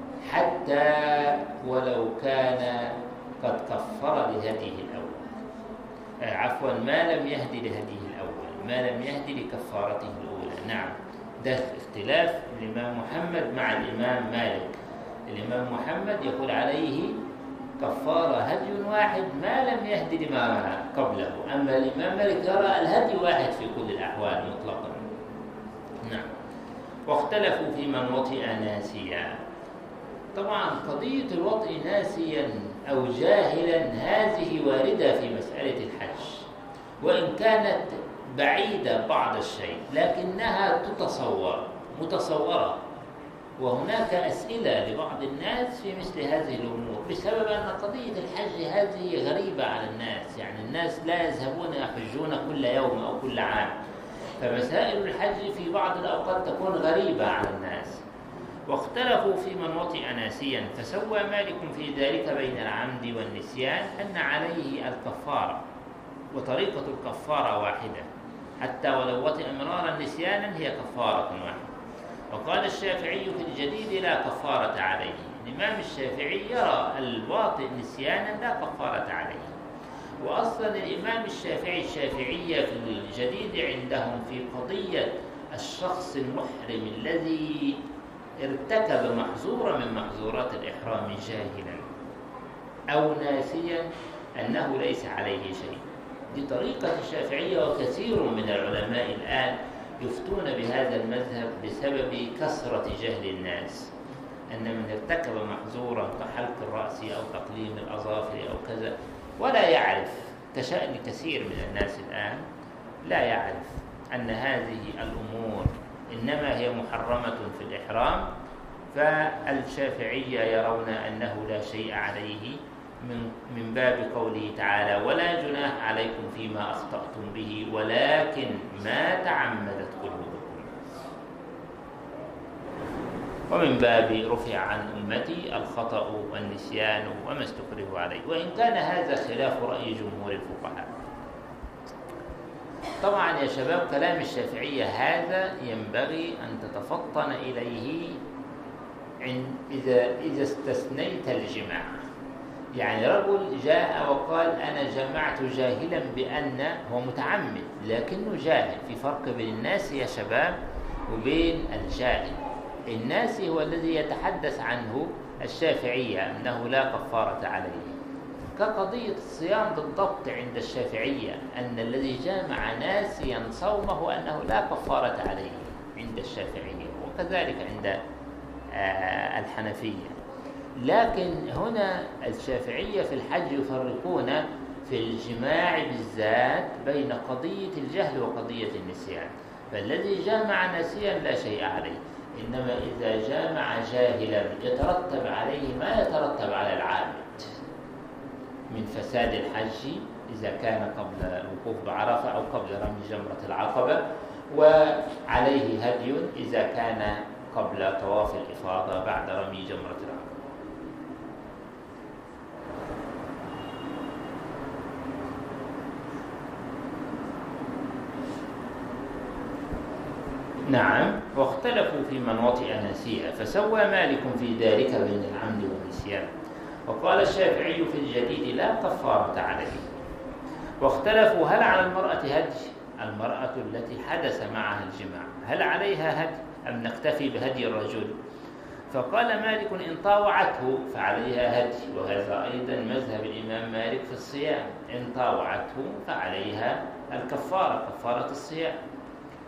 حتى ولو كان قد كفر لهديه الأول، آه عفوا ما لم يهدي لهديه الأول، ما لم يهدي لكفارته الأولى. نعم، ده اختلاف الإمام محمد مع الإمام مالك. الإمام محمد يقول عليه كفارة هدي واحد ما لم يهدي لما قبله، أما الإمام مالك يرى الهدي واحد في كل الأحوال مطلقا. نعم. واختلفوا في من وطئ ناسيا. طبعا قضية الوطئ ناسيا أو جاهلا هذه واردة في مسألة الحج، وإن كانت بعيدة بعض الشيء لكنها تتصور متصورة، وهناك أسئلة لبعض الناس في مثل هذه الأمور بسبب أن قضية الحج هذه غريبة على الناس، يعني الناس لا يذهبون يحجون كل يوم أو كل عام، فمسائل الحج في بعض الأوقات تكون غريبة على الناس. واختلفوا في من وطئ ناسيا، فسوى مالك في ذلك بين العمد والنسيان أن عليه الكفارة، وطريقة الكفارة واحدة حتى ولو وطئ مرارا نسيانا هي كفارة واحدة. وقال الشافعي في الجديد لا كفارة عليه. الإمام الشافعي يرى الواطئ نسيانا لا كفارة عليه. وأصلا الإمام الشافعي الشافعية في الجديد عندهم في قضية الشخص المحرم الذي ارتكب محظورا من محظورات الإحرام جاهلا أو ناسيا أنه ليس عليه شيء. دي طريقة الشافعية، وكثير من العلماء الآن يفتون بهذا المذهب بسبب كثرة جهل الناس، أن من ارتكب محظورا كحلق الرأس أو تقليم الأظافر أو كذا ولا يعرف، كشأن كثير من الناس الآن لا يعرف أن هذه الأمور إنما هي محرمة في الإحرام، فالشافعية يرون أنه لا شيء عليه من من باب قوله تعالى ولا جناح عليكم فيما أخطأتم به ولكن ما تعمدت قلوبكم، ومن باب رفع عن أمتي الخطأ والنسيان وما استكرهوا عليه. وإن كان هذا خلاف رأي جمهور الفقهاء. طبعا يا شباب كلام الشافعية هذا ينبغي أن تتفطن إليه إذا إذا استثنيت الجماع. يعني رجل جاء وقال أنا جمعت جاهلا بأن هو متعمد لكنه جاهل. في فرق بين الناس يا شباب وبين الجاهل. الناس هو الذي يتحدث عنه الشافعية أنه لا كفارة عليه، كقضية الصيام بالضبط عند الشافعية، أن الذي جامع ناسيا صومه أنه لا كفارة عليه عند الشافعية، وكذلك عند الحنفية. لكن هنا الشافعية في الحج يفرقون في الجماع بالذات بين قضية الجهل وقضية النسيان. فالذي جامع ناسيا لا شيء عليه، إنما إذا جامع جاهلا يترتب عليه ما يترتب على العامد من فساد الحج إذا كان قبل الوقوف بعرفة أو قبل رمي جمرة العقبة، وعليه هدي إذا كان قبل طواف الإفاضة بعد رمي جمرة العقبة. نعم. واختلفوا في من وطئ ناسيا، فسوى مالك في ذلك بين العمد والنسيان. وقال الشافعي في الجديد لا كفارة عليه. واختلفوا هل على المرأة هدي، المرأة التي حدث معها الجماع هل عليها هدي أم نكتفي بهدي الرجل؟ فقال مالك إن طاوعته فعليها هدي، وهذا أيضا مذهب الإمام مالك في الصيام، إن طاوعته فعليها الكفارة كفارة الصيام.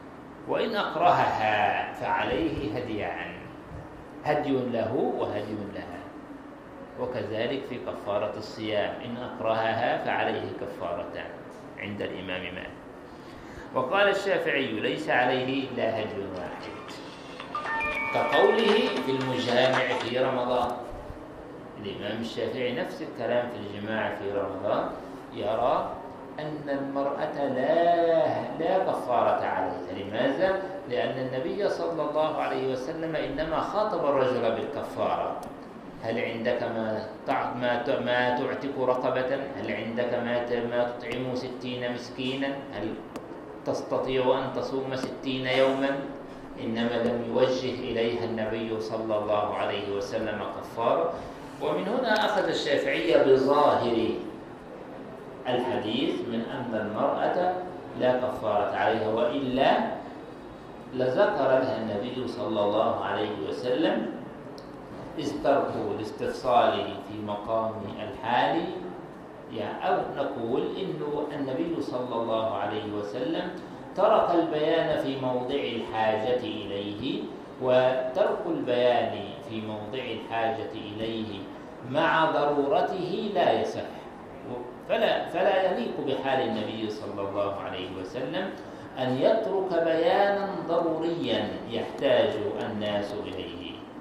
وإن أكرهها فعليه هديان، هدي له وهدي لها. وكذلك في كفارة الصيام، إن أكرهها فعليه كفارتان عند الإمام مالك. وقال الشافعي ليس عليه إلا هدي واحد، كقوله في المجامع في رمضان. الإمام الشافعي نفس الكلام في الجماع في رمضان، يرى أن المرأة لا لا كفارة عليها. لماذا؟ لأن النبي صلى الله عليه وسلم إنما خاطب الرجل بالكفارة. هل عندك ما ما ما تعتق رقبة؟ هل عندك ما ما تطعم ستين مسكينا؟ هل تستطيع أن تصوم ستين يوما؟ إنما لم يوجه إليها النبي صلى الله عليه وسلم كفارة. ومن هنا أخذ الشافعية بظاهر الحديث من أن المرأة لا كفارة عليها، وإلا لذكر لها النبي صلى الله عليه وسلم إذ تركوا الاستفصال في مقام الحال. يعني أو نقول إنه النبي صلى الله عليه وسلم ترك البيان في موضع الحاجة إليه، وترك البيان في موضع الحاجة إليه مع ضرورته لا يصح، فلا, فلا يليق بحال النبي صلى الله عليه وسلم أن يترك بيانا ضروريا يحتاج الناس إليه.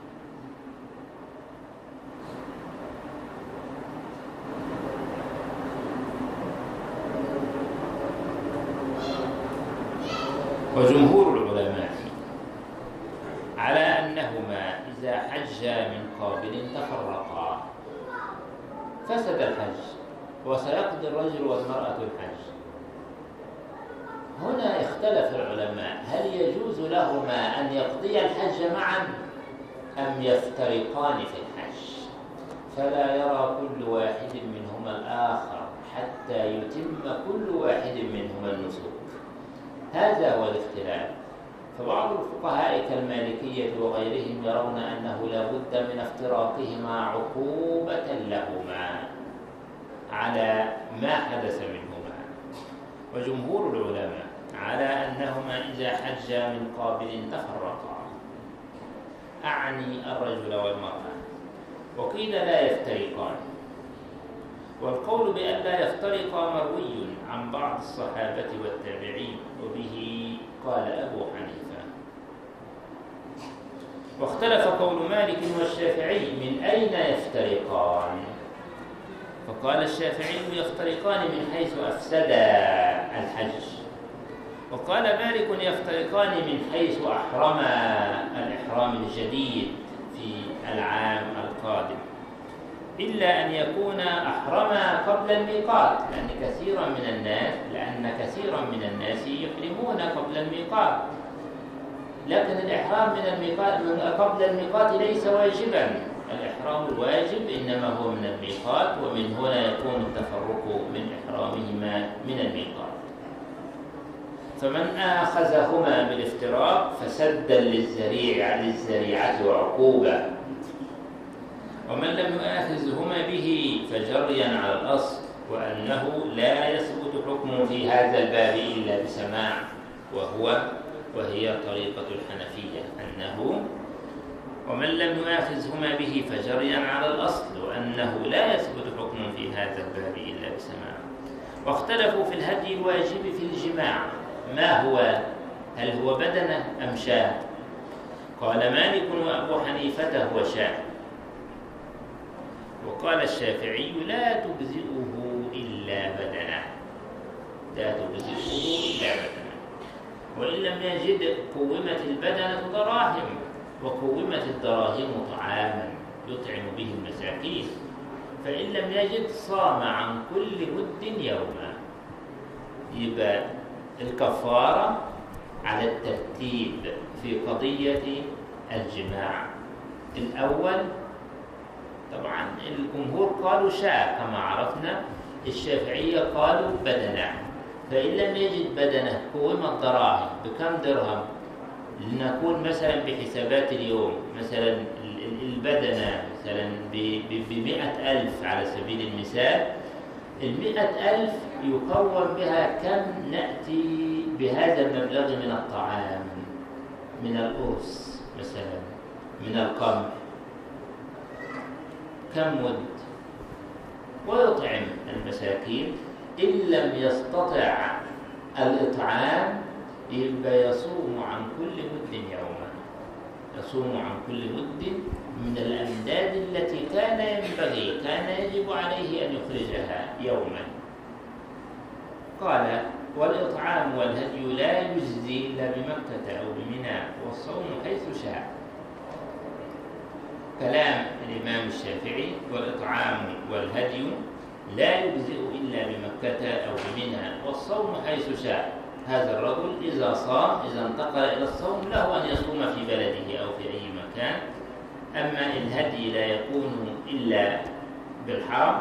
وجمهور العلماء على أنهما إذا حجا من قابل تفرقا فسد الحج، وسيقضي الرجل والمرأة الحج. هنا اختلف العلماء هل يجوز لهما أن يقضي الحج معا أم يفترقان في الحج، فلا يرى كل واحد منهما الآخر حتى يتم كل واحد منهما النسك. هذا هو الاختلاف. فبعض الفقهاء كالمالكية وغيرهم يرون أنه لا بد من افتراقهما عقوبة لهما على ما حدث منهما. وجمهور العلماء على أنهما إذا حجا من قابل تفرقا، أعني الرجل والمرأة، وقيل لا يفترقان. والقول بأن لا يفترقا مروي عن بعض الصحابة والتابعين، وبه قال أبو حنيفة. واختلف قول مالك والشافعي من أين يفترقان، فقال الشافعي يفترقان من حيث أفسدا الحج، وقال مالك يفترقان من حيث أحرما الإحرام الجديد في العام القادم، إلا أن يكون أحرما قبل الميقات، لأن كثيرا من الناس لأن كثيرا من الناس يحرمون قبل الميقات، لكن الإحرام من الميقات من قبل الميقات ليس واجبا. الإحرام الواجب إنما هو من الميقات، ومن هنا يكون التفرق من إحرامهما من الميقات. فمن آخذهما بالافتراق فسدا للذريعة للذريعة وعقوبة، ومن لم يؤاخذهما به فجريا على الأصل، وأنه لا يثبت حكم في هذا الباب إلا بسماع، وهو وهي طريقة الحنفية، أنه ومن لم يؤاخذهما به فجريا على الأصل، وأنه لا يثبت حكم في هذا الباب إلا بسماع. واختلفوا في الهدي الواجب في الجماع، ما هو؟ هل هو بدنة أم شاة؟ قال مالك وأبو حنيفة هو شاة، وقال الشافعي لا تجزئه إلا بدنة، لا تجزئه إلا بدنة. وإن لم يجد قومت البدنة دراهم، وقومت الدراهم طعاما يطعم به المساكين، فإن لم يجد صام عن كل مد يوما. يبقى الكفارة على الترتيب في قضية الجماع. الأول طبعا الجمهور قالوا شاء كما عرفنا، الشافعية قالوا بدنة. فإن لم يجد بدنة قومت دراهم، بكم درهم؟ لنقول مثلا بحسابات اليوم، مثلا البدنة مثلا بمئة ألف على سبيل المثال، المئة ألف يقوم بها كم نأتي بهذا المبلغ من الطعام، من الأرز مثلا، من القمح، كم مد، ويطعم المساكين. إن لم يستطع الإطعام يبقى يصوم عن كل مد يوما، يصوم عن كل مد من الأمداد التي كان ينبغي كان يجب عليه أن يخرجها يوما. قال: والإطعام والهدي لا يجزي إلا بمكة أو بمنى، والصوم حيث شاء. كلام الإمام الشافعي: والإطعام والهدي لا يجزئ إلا بمكة أو بمنى، والصوم حيث شاء. هذا الرجل إذا صام، إذا انتقل إلى الصوم، له أن يصوم في بلده أو في أي مكان. أما الهدي لا يكون إلا بالحرم،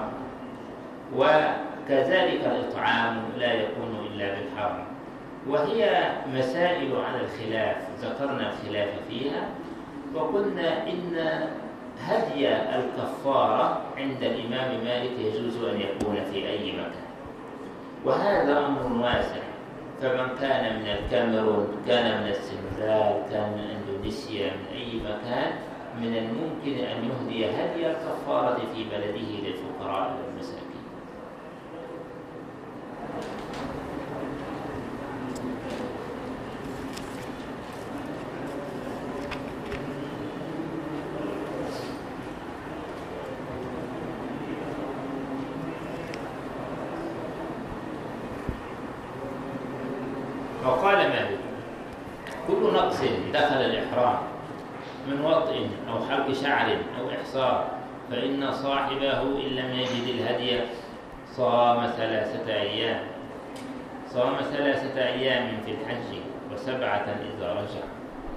وكذلك الإطعام لا يكون إلا بالحرم. وهي مسائل على الخلاف، ذكرنا الخلاف فيها وقلنا إن هدي الكفارة عند الإمام مالك يجوز أن يكون في أي مكان، وهذا أمر واسع. فمن كان من الكاميرون، كان من السنغال، كان من إندونيسيا، من أي مكان، من الممكن أن يهدي هدي الكفارة في بلده للفقراء والمساكين. وقال مالك: كل نقص دخل الإحرام من وطء أو حلق شعر أو إحصار، فإن صاحبه إن لم يجد الهدي صام ثلاثة أيام صام ثلاثة أيام في الحج وسبعة إذا رجع،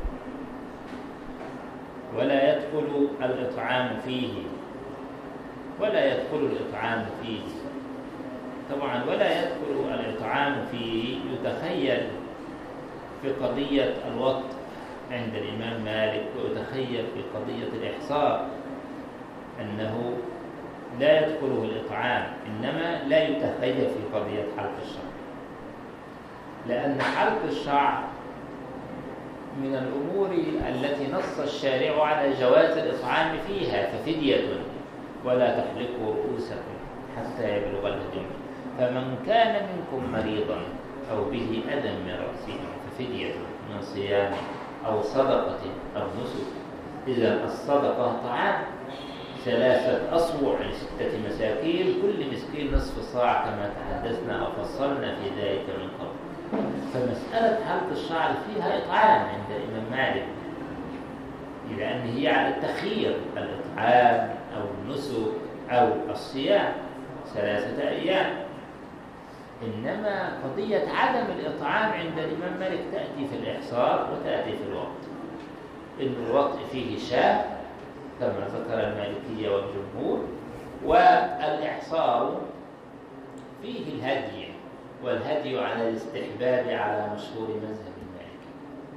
ولا يدخل الإطعام فيه ولا يدخل الإطعام فيه طبعا ولا يدخل الإطعام فيه يتخيل في قضية الوطء عند الإمام مالك، ويتخيل في قضية الإحصار أنه لا يدخله الإطعام، إنما لا يتخيل في قضية حلق الشعر، لأن حلق الشعر من الأمور التي نص الشارع على جواز الإطعام فيها، ففدية: ولا تحلقوا رؤوسكم حتى يبلغ الهدي. فمن كان منكم مريضا أو به أذى من رأسه ففدية من صيام أو صدقة أو نسك. إذا الصدقة طعام ثلاثة أصوع لستة مساكين، كل مسكين نصف صاع كما تحدثنا أو فصلنا في ذلك من قبل. فمسألة حلق الشعر فيها إطعام عند الإمام مالك، لأن هي على التخيير: الإطعام أو النسك أو الصيام ثلاثة أيام. إنما قضية عدم الإطعام عند الإمام مالك تأتي في الإحصار وتأتي في الوقت. إن الوقت فيه شاة كما ذكر المالكية والجمهور، والإحصار فيه الهدي، والهدي على الاستحباب على مشهور مذهب المالكي.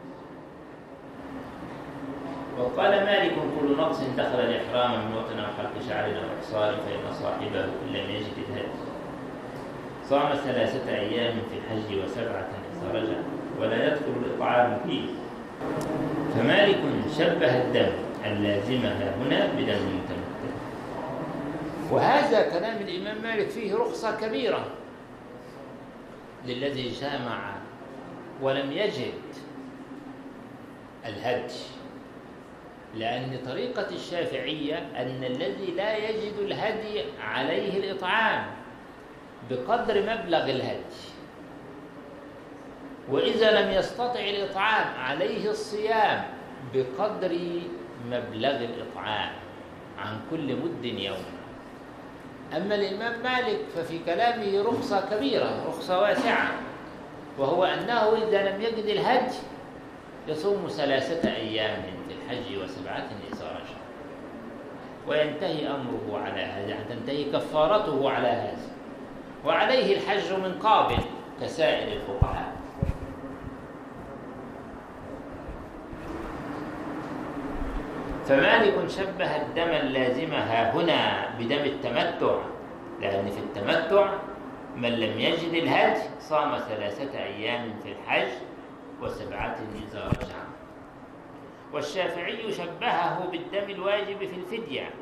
وقال مالك: كل نقص دخل الإحرام من وطن أو حلق شعر أو إحصار فإن صاحبه إن لم يجد الهدي صام ثلاثة أيام في الحج وسبعة إذا رجع، ولا يدخل الإطعام فيه. فمالك شبه الدم اللازمها هنا بدم متمتع، وهذا كلام الإمام مالك فيه رخصة كبيرة للذي جامع ولم يجد الهدي، لأن طريقة الشافعية أن الذي لا يجد الهدي عليه الإطعام بقدر مبلغ الهدي، وإذا لم يستطع الإطعام عليه الصيام بقدر مبلغ الإطعام عن كل مد يوما. أما الإمام مالك ففي كلامه رخصة كبيرة، رخصة واسعة، وهو أنه إذا لم يجد الهدي يصوم ثلاثة أيام في الحج وسبعة إذا رجع، وينتهي أمره على هذا، تنتهي كفارته على هذا، وعليه الحج من قابل كسائر الفقهاء. فمالك شبه الدم اللازم ها هنا بدم التمتع، لأن في التمتع من لم يجد الهدي صام ثلاثة أيام في الحج وسبعة إذا رجع. والشافعي شبهه بالدم الواجب في الفدية.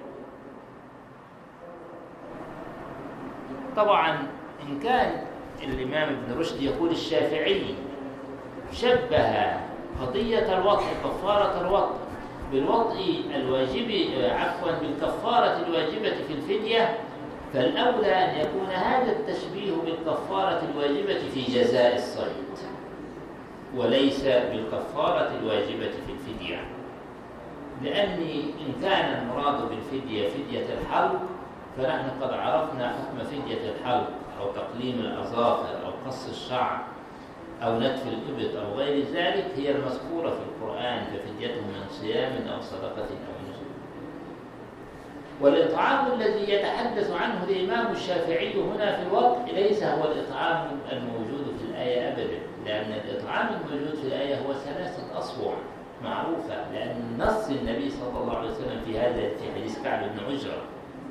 طبعا إن كان الإمام ابن رشد يقول الشافعي شبه قضية الوطء كفارة الوطء بالوطء الواجب عفوا بالكفارة الواجبة في الفدية، فالأولى أن يكون هذا التشبيه بالكفارة الواجبة في جزاء الصيد وليس بالكفارة الواجبة في الفدية، لأن إن كان المراد بالفدية فدية الحلق فنحن قد عرفنا حكم فدية الحلق أو تقليم الأظافر أو قص الشعر أو نتف الإبط أو غير ذلك هي المذكورة في القرآن كفديته من صيام أو صدقة أو نسك. والإطعام الذي يتحدث عنه الإمام الشافعي هنا في الوقت ليس هو الإطعام الموجود في الآية أبدا، لأن الإطعام الموجود في الآية هو ثلاثة أصبع معروفة، لأن نص النبي صلى الله عليه وسلم في هذا في حديث كعب بن عجرة.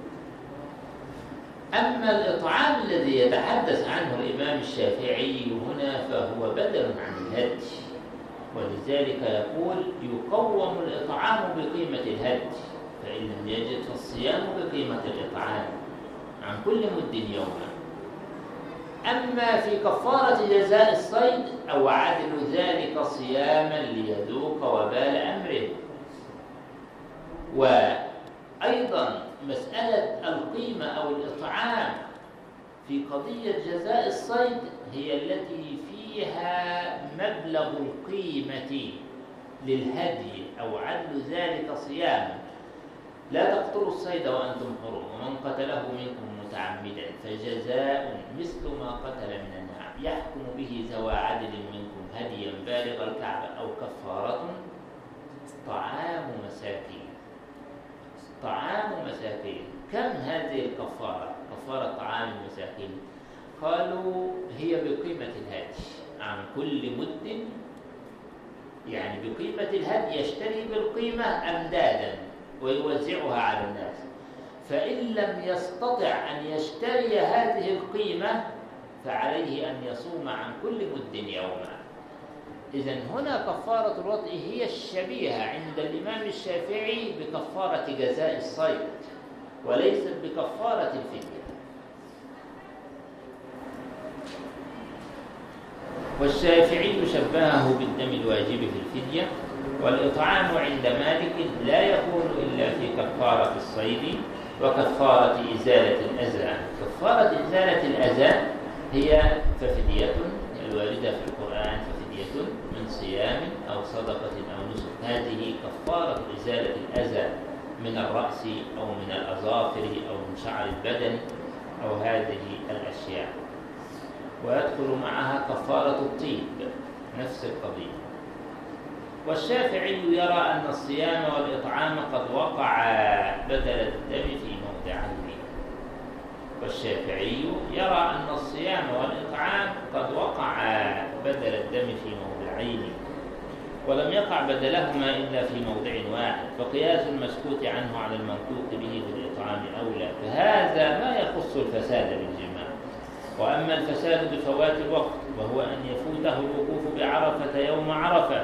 أما الإطعام الذي يتحدث عنه الإمام الشافعي هنا فهو بدل عن الهدي، ولذلك يقول يقوم الإطعام بقيمة الهدي، فإن لم يجد فالصيام بقيمة الإطعام عن كل مد يوما. أما في كفارة جزاء الصيد أو عدل ذلك صياما ليذوق وبال أمره. وأيضا مسألة القيمة أو الإطعام في قضية جزاء الصيد هي التي فيها مبلغ القيمة للهدي أو عدل ذلك صياما. لا تقتلوا الصيد وأنتم حرم ومن قتله منكم متعمدا فجزاء مثل ما قتل من النعم يحكم به ذوى عدل منكم هديا بالغ الكعبة أو كفارة طعام مساكين. طعام مساكين، كم هذه الكفارة؟ كفارة طعام المساكين قالوا هي بقيمة الهدي عن كل مد، يعني بقيمة الهدي يشتري بالقيمة أمدادا ويوزعها على الناس، فإن لم يستطع أن يشتري هذه القيمة فعليه أن يصوم عن كل مد يوما. إذن هنا كفارة الوطء هي الشبيهة عند الإمام الشافعي بكفارة جزاء الصيد وليست بكفارة الفدية. والشافعي شبهه بالدم الواجب في الفدية. والإطعام عند مالك لا يكون إلا في كفارة الصيد وكفارة إزالة الأذى. كفارة إزالة الأذى هي ففدية الواردة في القرآن، ففدية من صيام أو صدقة أو نسك. هذه كفارة إزالة الأذى من الرأس أو من الأظافر أو من شعر البدن أو هذه الأشياء. ويدخل معها كفارة الطيب نفس القضية. والشافعي يرى أن الصيام والإطعام قد وقعا بدل الدم في موضعين. والشافعي يرى أن الصيام والإطعام قد وقعا بدل الدم في موضعين ولم يقع بدلهما إلا في موضع واحد، فقياس المسكوت عنه على المنطوق به في الإطعام أولى، فهذا ما يخص الفساد بالجماع. وأما الفساد بفوات الوقت وهو أن يفوته الوقوف بعرفة يوم عرفة،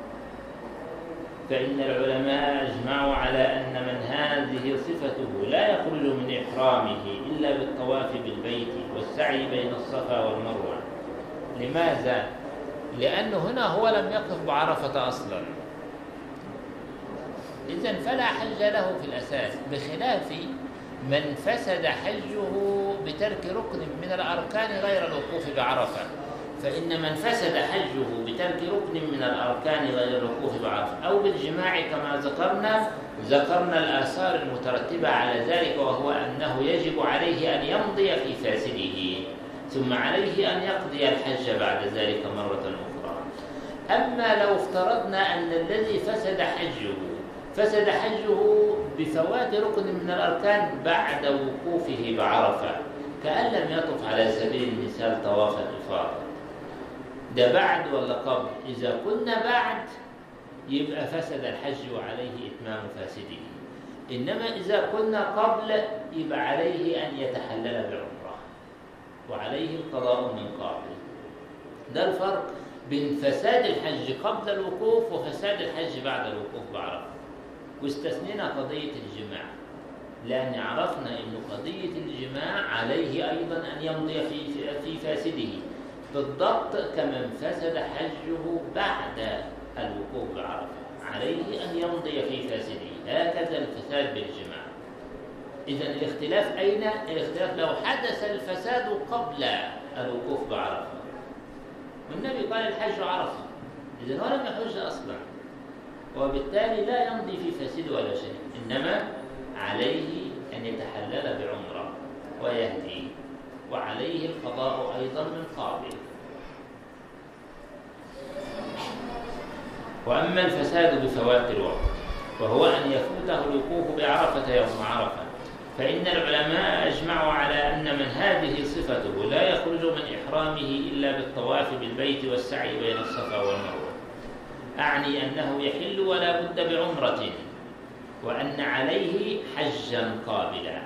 فإن العلماء أجمعوا على أن من هذه صفته لا يخرج من إحرامه إلا بالطواف بالبيت والسعي بين الصفا والمروة. لماذا؟ لأنه هنا هو لم يقف بعرفة أصلا، إذن فلا حج له في الأساس، بخلاف من فسد حجه بترك ركن من الأركان غير الوقوف بعرفة. فإن من فسد حجه بترك ركن من الأركان غير الوقوف بعرفة أو بالجماع كما ذكرنا ذكرنا الآثار المترتبة على ذلك، وهو أنه يجب عليه أن يمضي في فاسده ثم عليه أن يقضي الحج بعد ذلك مرة أخرى. أما لو افترضنا أن الذي فسد حجه فسد حجه بفوات ركن من الأركان بعد وقوفه بعرفة، كأن لم يطف على سبيل المثال طواف الإفاضة، ده بعد ولا قبل؟ إذا كنا بعد يبقى فسد الحج وعليه إتمام فاسده. إنما إذا قلنا قبل يبقى عليه أن يتحلل بعمرة وعليه القضاء من قبل. ده الفرق بين فساد الحج قبل الوقوف وفساد الحج بعد الوقوف بعرفة. واستثنينا قضية الجماع لأن عرفنا أن قضية الجماع عليه أيضا أن يمضي في في فاسده بالضبط كمن فسد حجه بعد الوقوف بعرفة، عليه أن يمضي في فاسده، هكذا الفساد بالجماع. إذن الاختلاف أين؟ الاختلاف لو حدث الفساد قبل الوقوف بعرفة، والنبي قال الحج عرفة، إذن هو لم يحج أصلا، وبالتالي لا يمضي في فاسد ولا شيء، إنما عليه أن يتحلل بعمرة ويهدي، وعليه القضاء أيضا من قابل. وأما الفساد بفوات الوقت وهو أن يفوته الوقوف بعرفة يوم عرفة، فإن العلماء أجمعوا على أن من هذه صفته لا يخرج من إحرامه إلا بالطواف بالبيت والسعي بين الصفا والمروة، أعني أنه يحل ولا بد بعمرة، وأن عليه حجا قابلا.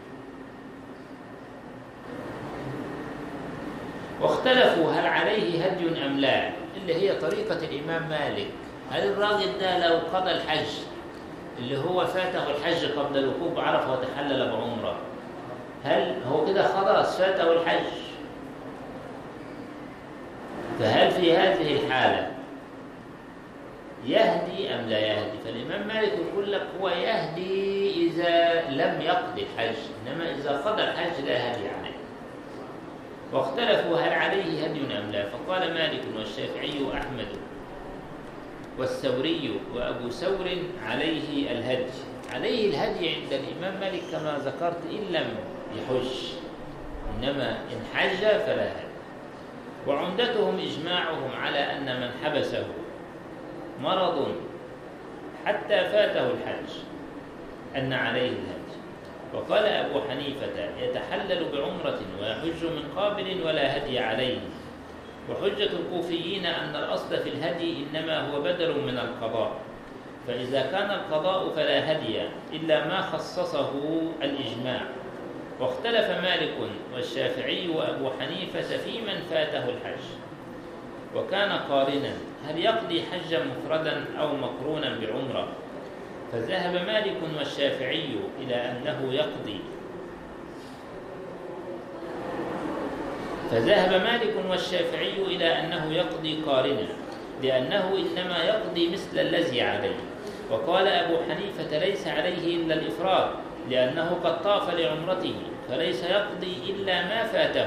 واختلفوا هل عليه هدي أم لا، اللي هي طريقة الإمام مالك. هل الراجل ده لو قضى الحج اللي هو فاته الحج قبل الوقوف بعرفة وتحلل بعمرة، هل هو كده خلاص فاته الحج؟ فهل في هذه الحالة يهدي أم لا يهدي؟ فالإمام مالك يقول لك هو يهدي إذا لم يقضي الحج، إنما إذا قضى الحج لا هدي عليه. واختلفوا هل عليه هدي أم لا، فقال مالك والشافعي وأحمد والثوري وأبو ثور عليه الهدي. عليه الهدي عند الإمام مالك كما ذكرت إن لم يحج، إنما إن حج فلا هدي. وعمدتهم إجماعهم على أن من حبسه مرض حتى فاته الحج أن عليه الهدي. وقال أبو حنيفة يتحلل بعمرة ويحج من قابل ولا هدي عليه. وحجة الكوفيين أن الأصل في الهدي إنما هو بدل من القضاء، فإذا كان القضاء فلا هدي إلا ما خصصه الإجماع. واختلف مالك والشافعي وأبو حنيفة في من فاته الحج وكان قارنا هل يقضي حجا مفردا أو مقرونا بعمرة، فذهب مالك والشافعي إلى أنه يقضي فذهب مالك والشافعي إلى أنه يقضي قارنا لأنه إنما يقضي مثل الذي عليه. وقال أبو حنيفة ليس عليه إلا الإفراد لأنه قد طاف لعمرته فليس يقضي إلا ما فاته.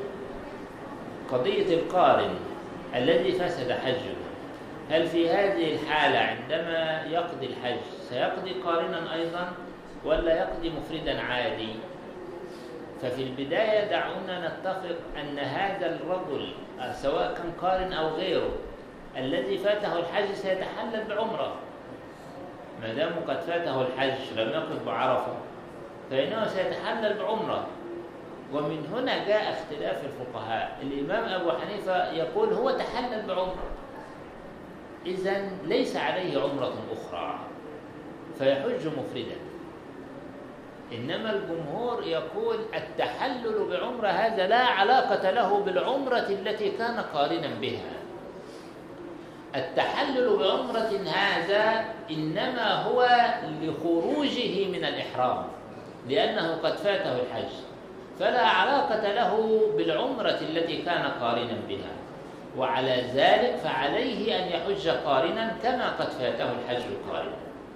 قضية القارن الذي فسد حجه، هل في هذه الحالة عندما يقضي الحج سيقضي قارنا أيضا ولا يقضي مفردا عادي؟ ففي البداية دعونا نتفق أن هذا الرجل سواء كان قارن أو غيره الذي فاته الحج سيتحلل بعمرة، ما دام قد فاته الحج لم يقف بعرفة فإنه سيتحلل بعمرة. ومن هنا جاء اختلاف الفقهاء. الإمام أبو حنيفة يقول هو تحلل بعمرة، إذن ليس عليه عمرة أخرى فيحج مفردا. إنما الجمهور يقول التحلل بعمرة هذا لا علاقة له بالعمرة التي كان قارنا بها. التحلل بعمرة هذا إنما هو لخروجه من الإحرام لأنه قد فاته الحج، فلا علاقة له بالعمرة التي كان قارنا بها. وعلى ذلك فعليه أن يحج قارنا كما قد فاته الحج قارنا.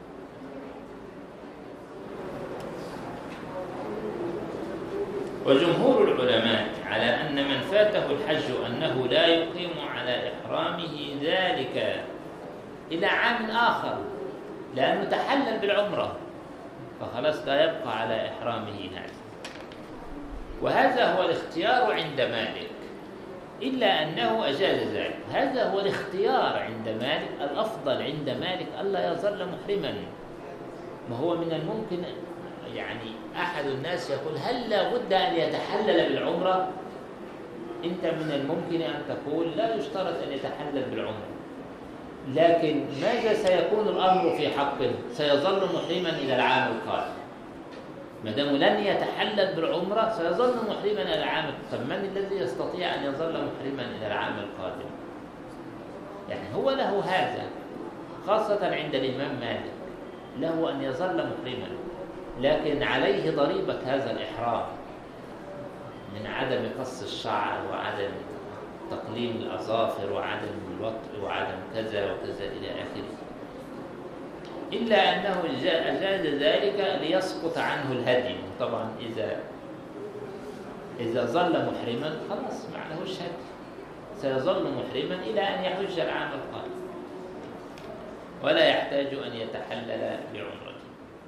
وجمهور العلماء على أن من فاته الحج أنه لا يقيم على إحرامه ذلك إلى عام آخر لأنه تحلل بالعمرة فخلاص لا يبقى على إحرامه هذا. وهذا هو الاختيار عند مالك إلا أنه أجاز ذلك. هذا هو الاختيار عند مالك. الأفضل عند مالك ألا يظل محرما. ما هو من الممكن يعني أحد الناس يقول هل لا بد أن يتحلل بالعمرة؟ أنت من الممكن أن تقول لا يشترط أن يتحلل بالعمرة، لكن ماذا سيكون الأمر في حقه؟ سيظل محرما إلى العام القادم، ما دام لن يتحلل بالعمرة سيظل محرما إلى العام. طب من الذي يستطيع أن يظل محرما إلى العام القادم؟ يعني هو له هذا، خاصة عند الإمام مالك، له أن يظل محرما، لكن عليه ضريبة هذا الإحرام من عدم قص الشعر وعدم تقليم الأظافر وعدم الوطء وعدم كذا وكذا إلى آخره، إلا أنه أجاز ذلك ليسقط عنه الهدي. طبعا إذا إذا ظل محرما خلاص ما عليهوش هدي، سيظل محرما إلى أن يحج العام القادم ولا يحتاج أن يتحلل بعمرته.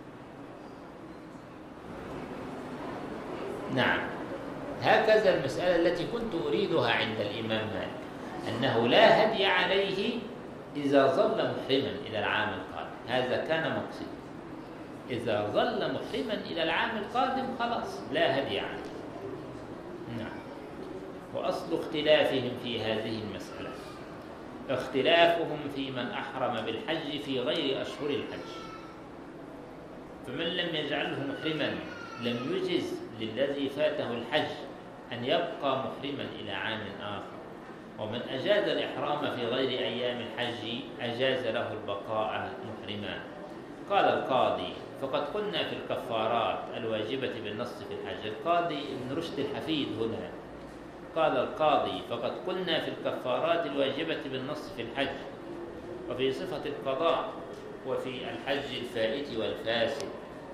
نعم، هكذا المسألة التي كنت أريدها عند الإمام مالك، أنه لا هدي عليه إذا ظل محرما إلى العام القادم، هذا كان مقصد. إذا ظل محرما إلى العام القادم خلاص لا هدي عليه. نعم. وأصل اختلافهم في هذه المسألة اختلافهم في من أحرم بالحج في غير أشهر الحج، فمن لم يجعله محرما لم يجز للذي فاته الحج أن يبقى محرما إلى عام آخر، ومن أجاز الإحرام في غير أيام الحج أجاز له البقاء محرما. قال القاضي: فقد قلنا في الكفارات الواجبة بالنص في الحج. القاضي ابن رشد الحفيد هنا قال القاضي: فقد قلنا في الكفارات الواجبة بالنص في الحج وفي صفة القضاء وفي الحج الفائت والفاسد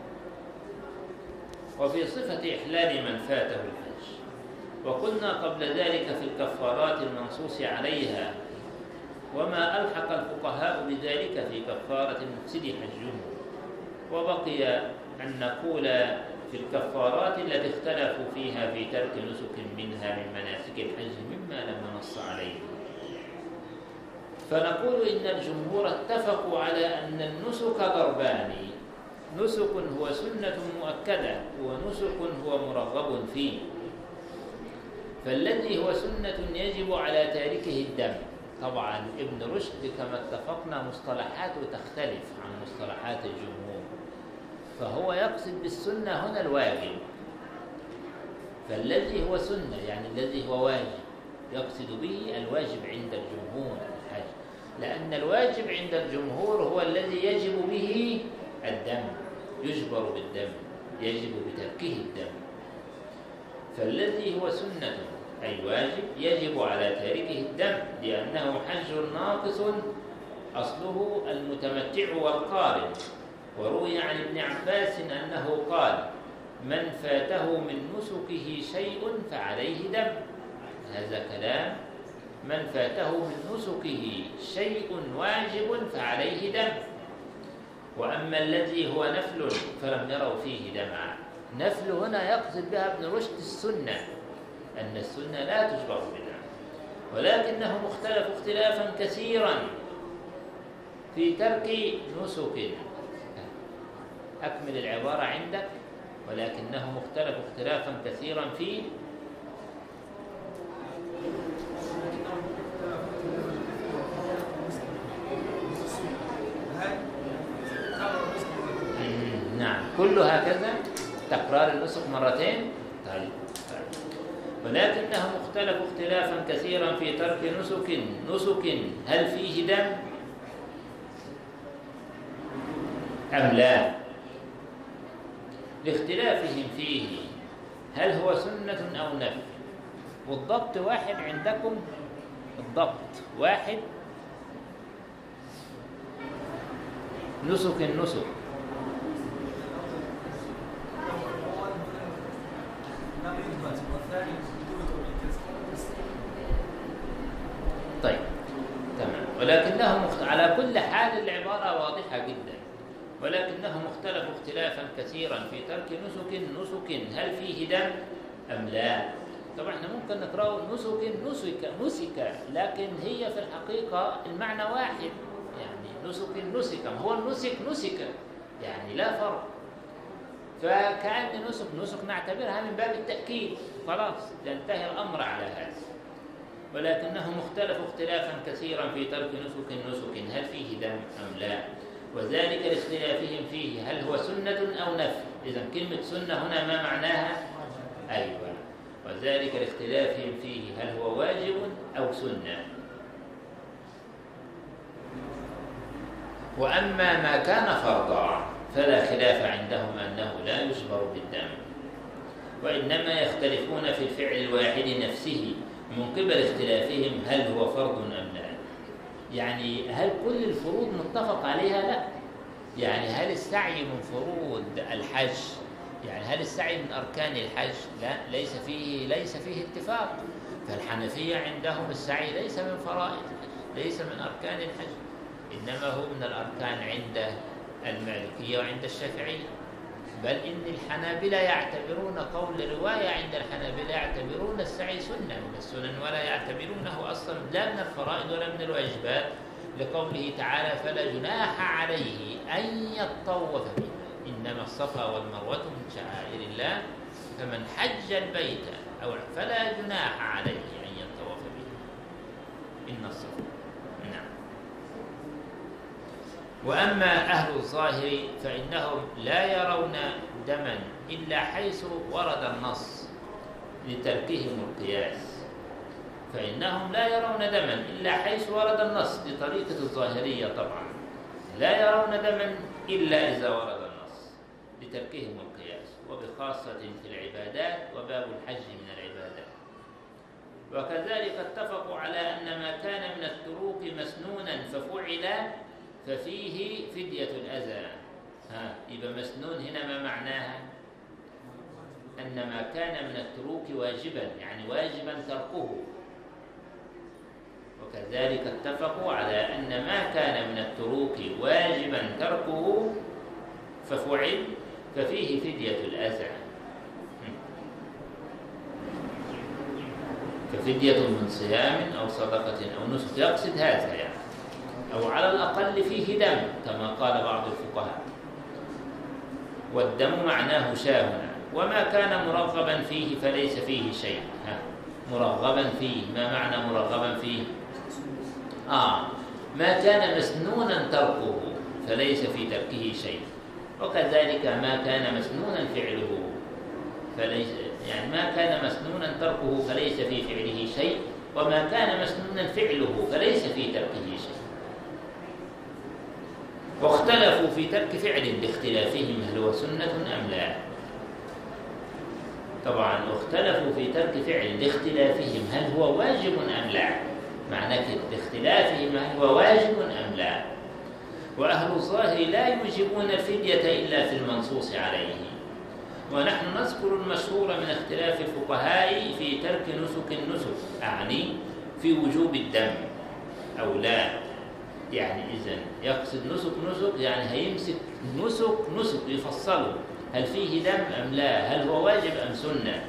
وفي صفة إحلال من فاته الحج، وقلنا قبل ذلك في الكفارات المنصوص عليها وما ألحق الفقهاء بذلك في كفارة المفسد حجه. وبقي أن نقول في الكفارات التي اختلفوا فيها في ترك نسك منها من مناسك الحج مما لم ننص عليه، فنقول إن الجمهور اتفقوا على أن النسك ضربان: نسك هو سنة مؤكدة ونسك هو مرغب فيه. فالذي هو سنة يجب على تاركه الدم. طبعا ابن رشد كما اتفقنا مصطلحاته تختلف عن مصطلحات الجمهور، فهو يقصد بالسنة هنا الواجب. فالذي هو سنة يعني الذي هو واجب يقصد به الواجب عند الجمهور الحج، لأن الواجب عند الجمهور هو الذي يجب به الدم، يجبر بالدم، يجب بتركه الدم. فالذي هو سنة أي واجب يجب على تاركه الدم، لأنه حج ناقص أصله المتمتع والقارن. وروي عن ابن عباس أنه قال: من فاته من نسكه شيء فعليه دم. هذا كلام من فاته من نسكه شيء واجب فعليه دم. وأما الذي هو نفل فلم يروا فيه دمعا. نفل هنا يقصد بها ابن رشد السنة، أن السنة لا تجبر بدم، ولكنهم اختلفوا اختلافا كثيرا في ترك نسك. أكمل العبارة عندك: ولكنهم اختلفوا اختلافا كثيرا في نعم كل هكذا تكرار النسك مرتين. طيب. ولكنهم اختلفوا اختلافا كثيرا في ترك نسك نسك هل فيه دم أم لا، لاختلافهم فيه هل هو سنة أو نفل. والضبط واحد عندكم، الضبط واحد، نسك النسك طيب تمام. ولكنهم على كل حال العبارة واضحة جدا. ولكنهم اختلفوا اختلافا كثيرا في ترك نسك نسك هل فيه دم أم لا. طبعا احنا ممكن نقرأه نسك نسك نسك، لكن هي في الحقيقة المعنى واحد، يعني نسك نسك، ما هو النسك نسك، يعني لا فرق. فكأن نسك نسك نعتبرها من باب التأكيد، خلاص ينتهي الأمر على هذا. ولكنهم اختلفوا اختلافا كثيرا في ترك نسك نسك هل فيه دم أم لا، وذلك لاختلافهم فيه هل هو سنة أو نفل. إذن كلمة سنة هنا ما معناها؟ أيوة، وذلك لاختلافهم فيه هل هو واجب أو سنة. وأما ما كان فرضا فلا خلاف عندهم أنه لا يجبر بالدم، وإنما يختلفون في الفعل الواحد نفسه من قبل اختلافهم هل هو فرض أم لا. يعني هل كل الفروض متفق عليها؟ لا. يعني هل السعي من فروض الحج، يعني هل السعي من أركان الحج؟ لا، ليس فيه ليس فيه اتفاق. فالحنفية عندهم السعي ليس من فرائض، ليس من أركان الحج، إنما هو من الأركان عند المالكية وعند الشافعية. بل إن الحنابلة يعتبرون قول رواية عند الحنابلة يعتبرون السعي سنة من السنن، ولا يعتبرونه أصلا لا من الفرائض ولا من الواجبات، لقوله تعالى فلا جناح عليه أن يطوف به، إنما الصفا والمروة من شعائر الله فمن حج البيت أو فلا جناح عليه أن يطوف به إن الصفا. نعم. وأما أهل الظاهر فإنهم لا يرون دما إلا حيث ورد النص لتركهم القياس، فإنهم لا يرون دما إلا حيث ورد النص لطريقة الظاهرية طبعا، لا يرون دما إلا إذا ورد النص لتركهم القياس، وبخاصة في العبادات، وباب الحج من العبادات. وكذلك اتفقوا على أن ما كان من التروك مسنونا ففعل ففيه فدية الأذى. ها يبقى مسنون هنا ما معناها؟ أن ما كان من التروك واجبا، يعني واجبا تركه. وكذلك اتفقوا على أن ما كان من التروك واجبا تركه ففعل ففيه فدية الأذى، ففدية من صيام أو صدقة أو نسك، يقصد هذا يعني، أو على الأقل فيه دم كما قال بعض الفقهاء، والدم معناه شاه. وما كان مرغبا فيه فليس فيه شيء. ها مرغبا فيه، ما معنى مرغبا فيه؟ آه ما كان مسنونا تركه فليس في تركه شيء، وكذلك ما كان مسنونا فعله فليس، يعني ما كان مسنونا تركه فليس في فعله شيء، وما كان مسنونا فعله فليس في تركه شيء. واختلفوا في ترك فعل لاختلافهم هل هو سنة أم لا. طبعا اختلفوا في ترك فعل لاختلافهم هل هو واجب أم لا، معنى كده لاختلافهم هل هو واجب أم لا. وأهل الظاهر لا يوجبون الفدية إلا في المنصوص عليه. ونحن نذكر المشهور من اختلاف الفقهاء في ترك نسك النسك، أعني في وجوب الدم أو لا. يعني إذن يقصد نسك نسك يعني هيمسك نسك نسك يفصله هل فيه دم أم لا، هل هو واجب أم سنة،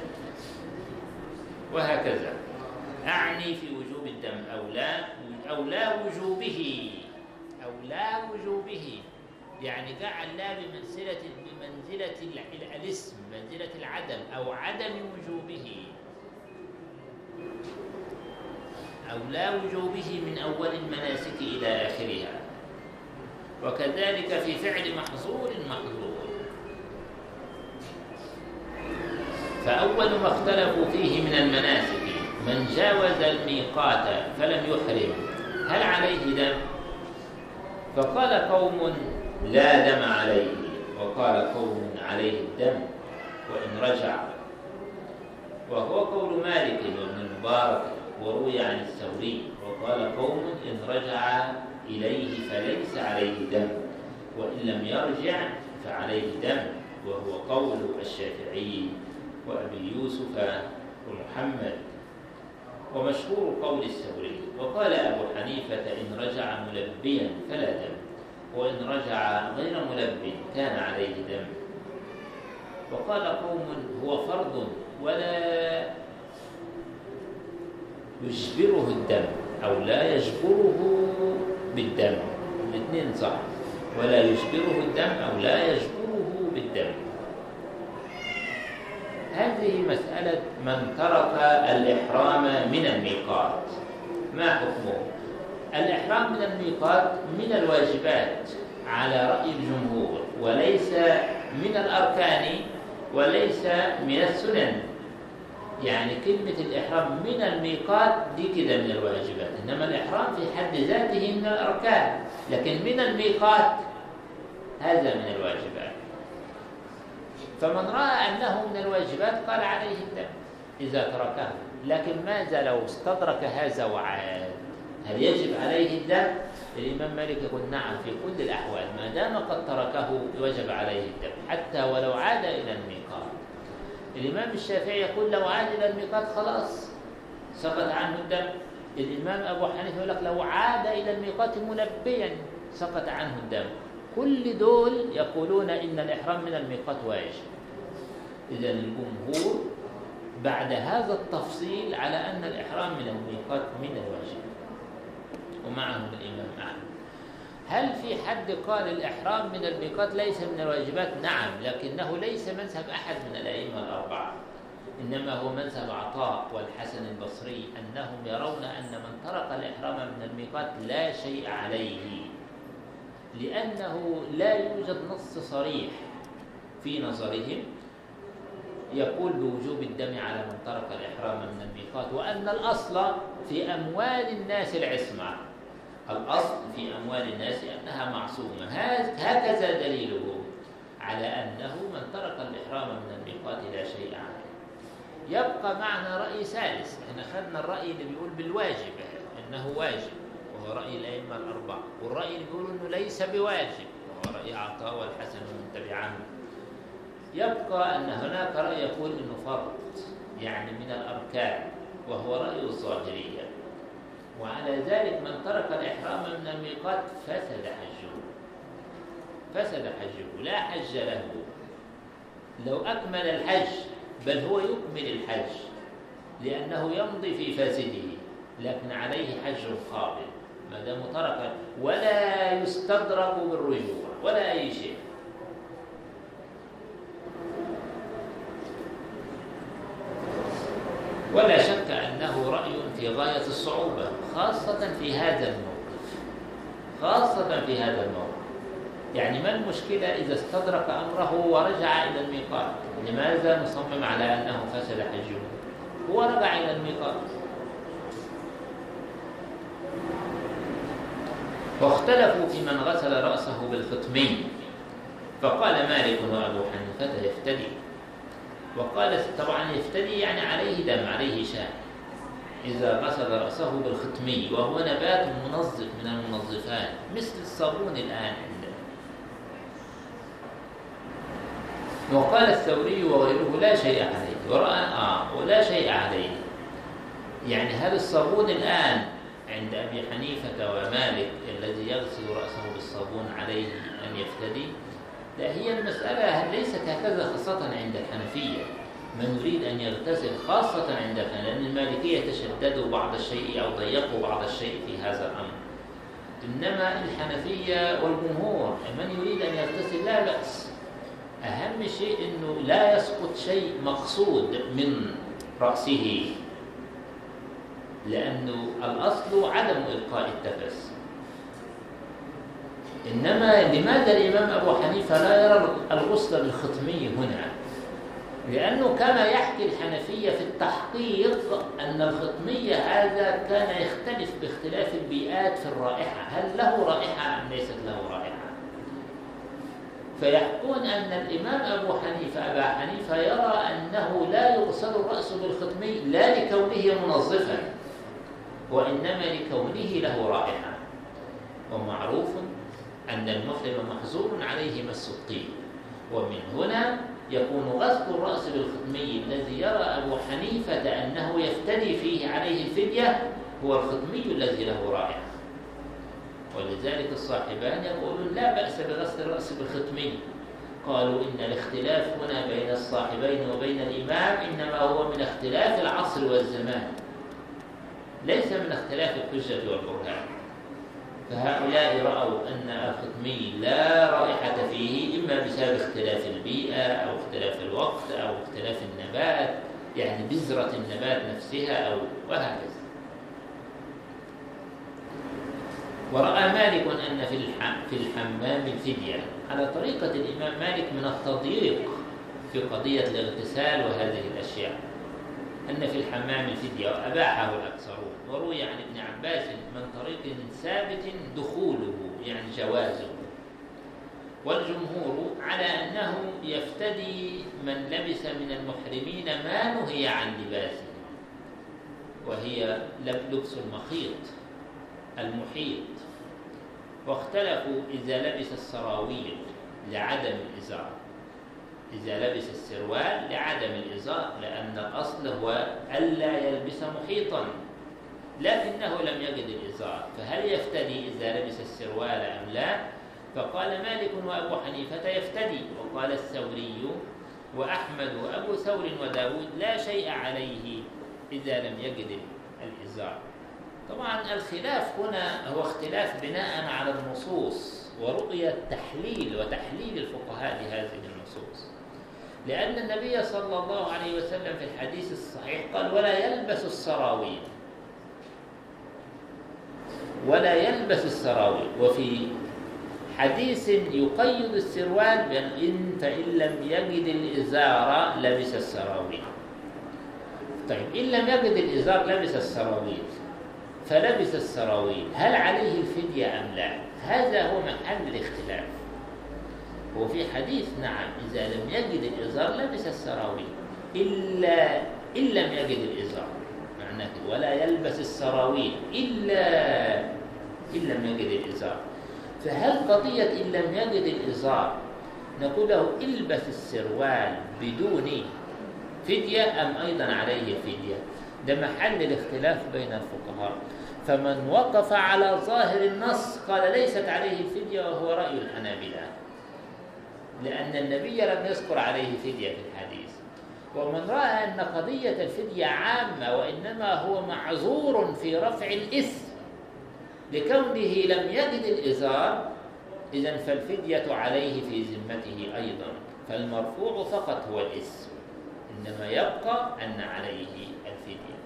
وهكذا. أعني في وجوب الدم أو لا، أو لا وجوبه، أو لا وجوبه، يعني جعل لا بمنزلة بمنزلة الاسم، منزلة العدم، أو عدم وجوبه، أو لا وجوبه من أول المناسك إلى آخرها. وكذلك في فعل محظور محظور. فأول ما اختلفوا فيه من المناسك من جاوز الميقات فلم يحرم هل عليه دم؟ فقال قوم لا دم عليه، وقال قوم عليه الدم وإن رجع، وهو قول مالك وابن المبارك وروي عن الثوري. وقال قوم إن رجع إليه فليس عليه دم، وإن لم يرجع فعليه دم، وهو قول الشافعي وأبي يوسف ومحمد. ومشهور قول الثوري. وقال أبو حنيفة إن رجع ملبيا فلا دم، وإن رجع غير ملب كان عليه دم. وقال قوم هو فرض ولا يجبره الدم، أو لا يجبره بالدم، الاثنين صح، ولا يجبره الدم أو لا يجبره بالدم. هذه مسألة مسألة من ترك الإحرام من الميقات ما حكمه؟ الإحرام من الميقات من الواجبات على رأي الجمهور، وليس من الأركان وليس من السنن. يعني كلمة الإحرام من الميقات دي كده من الواجبات، إنما الإحرام في حد ذاته من الأركان، لكن من الميقات هذا من الواجبات. فمن رأى أنه من الواجبات قال عليه الدم إذا تركه، لكن ماذا لو استدرك هذا وعاد؟ هل يجب عليه الدم؟ الإمام مالك يقول نعم في كل الأحوال، ما دام قد تركه وجب عليه الدم حتى ولو عاد إلى الميقات. الإمام الشافعي يقول لو عاد إلى الميقات خلاص سقط عنه الدم. الإمام أبو حنيفة يقول لك لو عاد إلى الميقات ملبيا سقط عنه الدم. كل دول يقولون إن الإحرام من الميقات واجب. إذا الجمهور بعد هذا التفصيل على أن الإحرام من الميقات من الواجب، ومعهم الإمام أحمد. هل في حد قال الإحرام من الميقات ليس من الواجبات؟ نعم، لكنه ليس مذهب أحد من الأئمة الأربعة، إنما هو مذهب عطاء والحسن البصري، أنهم يرون أن من ترك الإحرام من الميقات لا شيء عليه، لأنه لا يوجد نص صريح في نظرهم يقول بوجوب الدم على من ترك الإحرام من الميقات، وأن الأصل في أموال الناس العصمة. الأصل في أموال الناس أنها معصومة. هكذا دليله على أنه من ترك الإحرام من الميقات لا شيء عليه. يبقى معنا رأي ثالث. احنا خدنا الرأي اللي بيقول بالواجب أنه واجب وهو رأي الأئمة الأربعة، والرأي اللي بيقول أنه ليس بواجب وهو رأي عطاء والحسن ومن تبعهم. يبقى أن هناك رأي يقول أنه فرض، يعني من الأركان، وهو رأي الظاهرية. وعلى ذلك من ترك الإحرام من الميقات فسد حجه، فسد حجه لا حج له لو أكمل الحج، بل هو يكمل الحج لأنه يمضي في فاسده، لكن عليه حج قابل ما دام ترك، ولا يستدرك بالرجوع ولا أي شيء. ولا شك أنه رأي في غاية الصعوبة، خاصة في هذا الموقف، خاصة في هذا الموقف. يعني ما المشكلة إذا استدرك أمره ورجع إلى الميقات؟ لماذا نصمم على أنه فسد حجه؟ هو رجع إلى الميقات. واختلفوا في من غسل رأسه بالخطمي، فقال مالك وأبو حنيفة يفتدي، وقال طبعا يفتدي يعني عليه دم، عليه شاة إذا غسل رأسه بالخطمي، وهو نبات منظف من المنظفات مثل الصابون الآن عندنا. وقال الثوري وغيره لا شيء عليه، ورأى آه ولا شيء عليه. يعني هل الصابون الآن عند أبي حنيفة ومالك الذي يغسل رأسه بالصابون عليه أن يفتدي؟ لا، هي المسألة ليست هكذا خاصة عند الحنفية. من يريد أن يغتسل خاصة عند الحنفية، لأن المالكية تشددوا بعض الشيء أو ضيقوا بعض الشيء في هذا الأمر، إنما الحنفية والجمهور من يريد أن يغتسل لا بأس. أهم شيء أنه لا يسقط شيء مقصود من رأسه، لأنه الأصل عدم إلقاء التفس. إنما لماذا الإمام أبو حنيفة لا يرى الغسل بالخطمي هنا؟ لأنه كما يحكي الحنفية في التحقيق أن الخطمي هذا كان يختلف باختلاف البيئات في الرائحة، هل له رائحة أم ليست له رائحة؟ فيحكون أن الإمام أبو حنيفة أبا حنيفة يرى أنه لا يغسل الرأس بالخطمي لا لكونه منظفا، وإنما لكونه له رائحة. ومعروف أن المحرم محظور عليه مس الطيب، ومن هنا يكون غسل الرأس بالخطمي الذي يرى أبو حنيفة أنه يفتدي فيه عليه الفدية هو الخطمي الذي له رائحة. ولذلك الصاحبان يقولون لا بأس بغسل الرأس بالخطمي. قالوا إن الاختلاف هنا بين الصاحبين وبين الإمام إنما هو من اختلاف العصر والزمان، ليس من اختلاف الحجة والبرهان. فهؤلاء رأوا أن الخطمي لا رائحة فيه، إما بسبب اختلاف البيئة أو اختلاف الوقت أو اختلاف النبات يعني بذرة النبات نفسها أو وهكذا. ورأى مالك أن في في الحمام الفدية على طريقة الإمام مالك من التضييق في قضية الاغتسال وهذه الأشياء، أن في الحمام الفدية وأباحه الأكثرون. وروي عن ابن عباس من طريق ثابت دخوله يعني جوازه. والجمهور على أنه يفتدي من لبس من المحرمين ما نهي عن لباسه، وهي لبس المخيط المحيط. واختلفوا إذا لبس السراويل لعدم الإزار، إذا لبس السروال لعدم الإزار، لأن الأصل هو ألا يلبس محيطا لكنه لم يجد الإزار، فهل يفتدي إذا لبس السروال أم لا؟ فقال مالك وأبو حنيفة يفتدي، وقال الثوري وأحمد وأبو ثور وداود لا شيء عليه إذا لم يجد الإزار. طبعا الخلاف هنا هو اختلاف بناء على النصوص ورؤية تحليل وتحليل الفقهاء لهذه النصوص، لأن النبي صلى الله عليه وسلم في الحديث الصحيح قال ولا يلبس السراويل، ولا يلبس السراويل. وفي حديث يقيد السروال بأن إن فإن لم يجد الإزار لبس السراويل. طيب إن لم يجد الإزار لبس السراويل، فلبس السراويل هل عليه الفدية أم لا؟ هذا هو محل الاختلاف. وفي حديث نعم إذا لم يجد الإزار لبس السراويل إلا إن لم يجد الإزار، معناه ولا يلبس السراويل إلا إن لم يجد الإزار. فهل قضية إن لم يجد الإزار نقول له البس السروال بدون فدية أم أيضا عليه فدية؟ ده محل الاختلاف بين الفقهاء. فمن وقف على ظاهر النص قال ليست عليه الفدية، وهو رأي الحنابلة، لأن النبي لم يذكر عليه فدية في الحديث. ومن رأى أن قضية الفدية عامة وإنما هو معذور في رفع الإثم لكونه لم يجد الإزار، إذن فالفدية عليه في ذمته أيضا، فالمرفوع فقط هو الإثم، إنما يبقى أن عليه الفدية.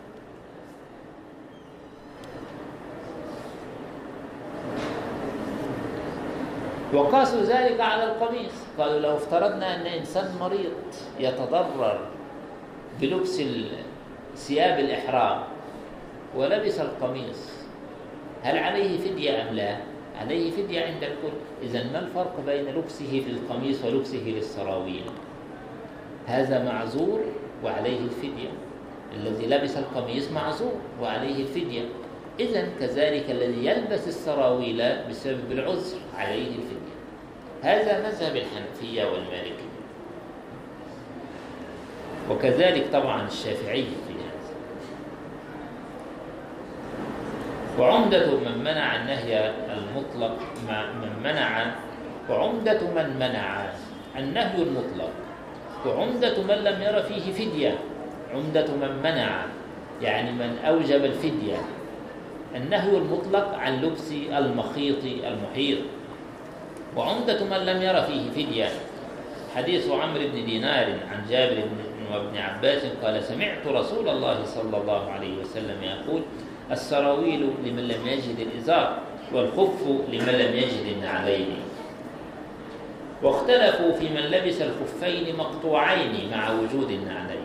وقاسوا ذلك على القميص، قالوا لو افترضنا أن إنسان مريض يتضرر بلبس ثياب الإحرام ولبس القميص هل عليه فدية أم لا؟ عليه فدية عند الكل. إذن ما الفرق بين لبسه في القميص ولبسه للسراويل؟ هذا معذور وعليه الفدية، الذي لبس القميص معذور وعليه الفدية. إذن كذلك الذي يلبس السراويل بسبب العذر عليه الفدية. هذا مذهب الحنفية والمالكية، وكذلك طبعا الشافعي في هذا. وعمدة من منع النهي المطلق من منع وعمدة من منع النهي المطلق وعمدة من لم ير فيه فدية. عمدة من منع يعني من أوجب الفدية النهي المطلق عن لبس المخيط المحيط، وعمدة من لم ير فيه فدية حديث عمرو بن دينار عن جابر وابن عباس قال سمعت رسول الله صلى الله عليه وسلم يقول السراويل لمن لم يجد الإزار والخف لمن لم يجد النعلين. واختلفوا في من لبس الخفين مقطوعين مع وجود النعلين،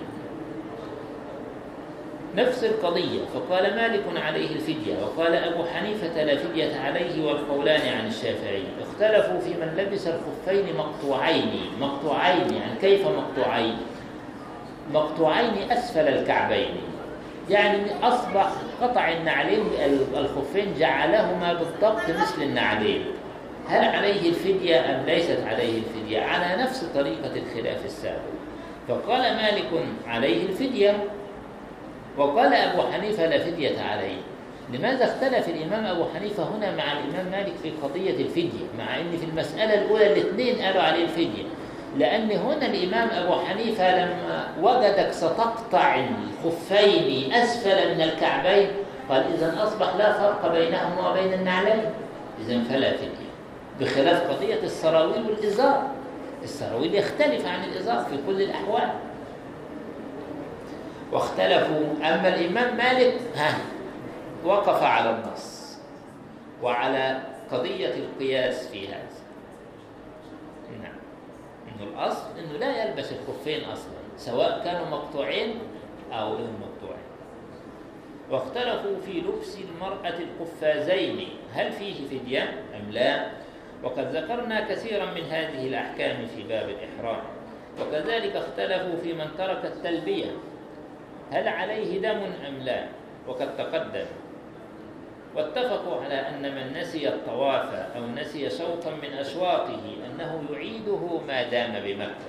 نفس القضية. فقال مالك عليه الفدية، وقال أبو حنيفة لا فدية عليه، والقولان عن الشافعي. اختلفوا في من لبس الخفين مقطوعين. مقطوعين يعني كيف مقطوعين؟ مقطوعين أسفل الكعبين، يعني أصبح قطع النعلين الخفين جعلهما بالضبط مثل النعلين. هل عليه الفدية أم ليست عليه الفدية؟ على نفس طريقة الخلاف السابق. فقال مالك عليه الفدية، وقال أبو حنيفة لا فدية عليه. لماذا اختلف الإمام أبو حنيفة هنا مع الإمام مالك في قضية الفدية، مع أن في المسألة الأولى الاثنين قالوا عليه الفدية؟ لأن هنا الإمام أبو حنيفة لما وجدك ستقطع الخفين أسفل من الكعبين قال إذن أصبح لا فرق بينهما وبين النعلين، إذن فلا فدية، بخلاف قضية السراويل والإزار. السراويل يختلف عن الإزار في كل الأحوال. واختلفوا. أما الإمام مالك ها وقف على النص وعلى قضية القياس في هذا. نعم، إنه الأصل إنه لا يلبس الخفين أصلا سواء كانوا مقطوعين أو غير مقطوعين. واختلفوا في لبس المرأة القفازين هل فيه فدية أم لا، وقد ذكرنا كثيرا من هذه الأحكام في باب الإحرام. وكذلك اختلفوا في من ترك التلبية هل عليه دم أم لا، وقد تقدم. واتفقوا على أن من نسي الطواف أو نسي شوطا من أشواطه أنه يعيده ما دام بمكة.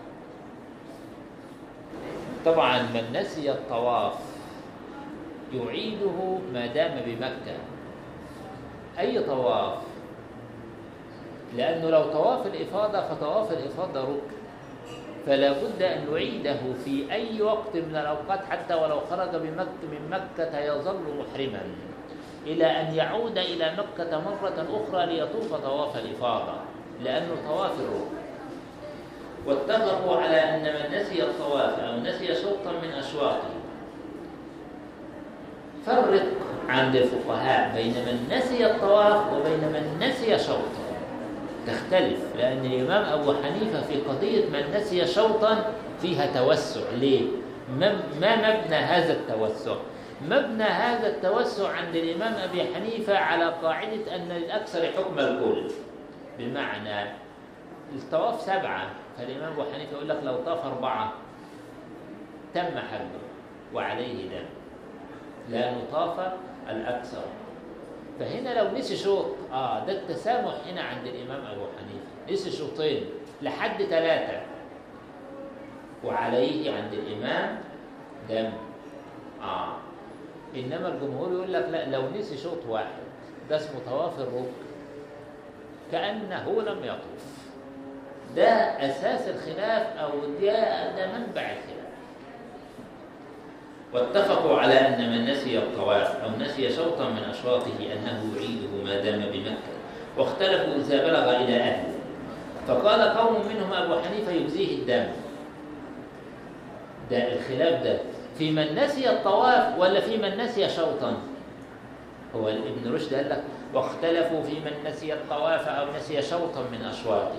طبعا من نسي الطواف يعيده ما دام بمكة. أي طواف؟ لأنه لو طواف الإفاضة فطواف الإفاضة ركن، فلا بد أن يعيده في أي وقت من الأوقات حتى ولو خرج بمكة من مكة يظل محرما إلى أن يعود إلى مكة مرة أخرى ليطوف طواف الإفاضة لأنه طواف الركن. واتفقوا على أن من نسي الطواف أو نسي شوطا من أشواطه، فرق عند الفقهاء بين من نسي الطواف وبين من نسي شوطا، تختلف. لأن الإمام أبو حنيفة في قضية من نسي شوطا فيها توسع. ليه؟ ما مبنى هذا التوسع؟ مبنى هذا التوسع عند الإمام أبي حنيفة على قاعدة أن للأكثر حكم الكل، بمعنى الطواف سبعة، فالإمام أبو حنيفة يقول لك لو طاف أربعة تم حله وعليه دم، لأنه طاف الأكثر. فهنا لو نسي شوط آه ده التسامح هنا عند الإمام أبو حنيفة، نسي شوطين لحد ثلاثة وعليه عند الإمام دم. آه إنما الجمهور يقول لك لا، لو نسي شوط واحد ده اسمه طواف الركن كأنه لم يطوف. ده أساس الخلاف أو ده, ده منبع الخلاف. واتفقوا على أن من نسي الطواف أو نسي شوطا من أشواطه أنه يعيده ما دام بمكة. واختلفوا إذا بلغ إلى أهله، فقال قوم منهم أبو حنيفة يجزيه الدم. ده الخلاف ده في من نسي الطواف ولا في من نسي شوطا؟ هو ابن رشد قال لك واختلفوا في من نسي الطواف أو نسي شوطا من أشواطه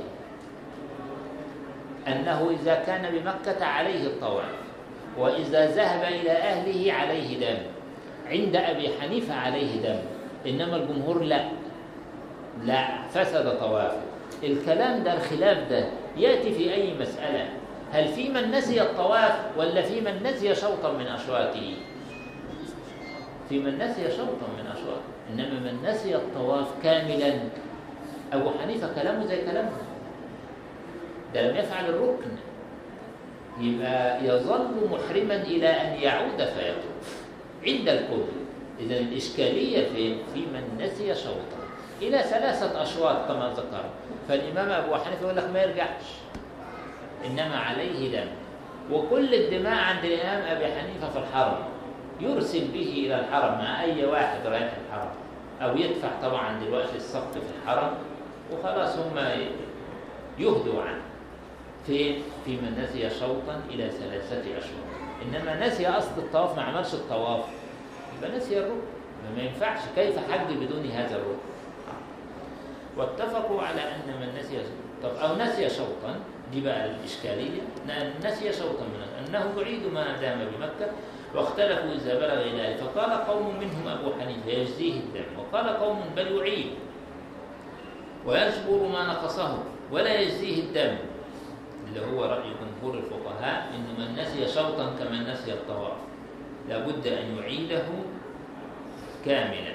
أنه إذا كان بمكة عليه الطواف، وإذا ذهب إلى أهله عليه دم. عند أبي حنيفة عليه دم، إنما الجمهور لا لا فسد طوافه. الكلام ده الخلاف ده يأتي في أي مسألة، هل في من نسي الطواف ولا في من نسي شوطا من أشواطه؟ في من نسي شوطا من أشواطه، إنما من نسي الطواف كاملا أبو حنيفة كلامه زي كلامه، ده لم يفعل الركن، يبقى يظل محرما إلى أن يعود فيطوف عند الكل. إذا الإشكالية في في من نسي شوطا إلى ثلاثة أشواط كما ذكر، فالإمام أبو حنيفة يقول لك ما يرجعش، إنما عليه دم. وكل الدماء عند الإمام أبي حنيفة في الحرم يرسل به إلى الحرم مع أي واحد رايح الحرم، أو يدفع طبعا دلوقتي السقط في الحرم وخلاص هم يهدوا عنه. في في من نسي شوطا إلى ثلاثة أشواط، إنما نسي أصل الطواف ما عملش الطواف يبقى نسي الركن، ما ينفعش. كيف حج بدون هذا الركن؟ واتفقوا على أن من نسي طب أو نسي شوطا، دي بقى الإشكالية، نسي شوطا من أنه يعيد ما دام بمكة. واختلفوا إذا بلغ إلى، فقال قوم منهم أبو حنيفة يجزيه الدم، وقال قوم بل يعيد ويجبر ما نقصه ولا يجزيه الدم، اللي هو رأي جمهور الفقهاء إن من نسي شوطا كمن نسي الطواف لابد أن يعيده كاملا.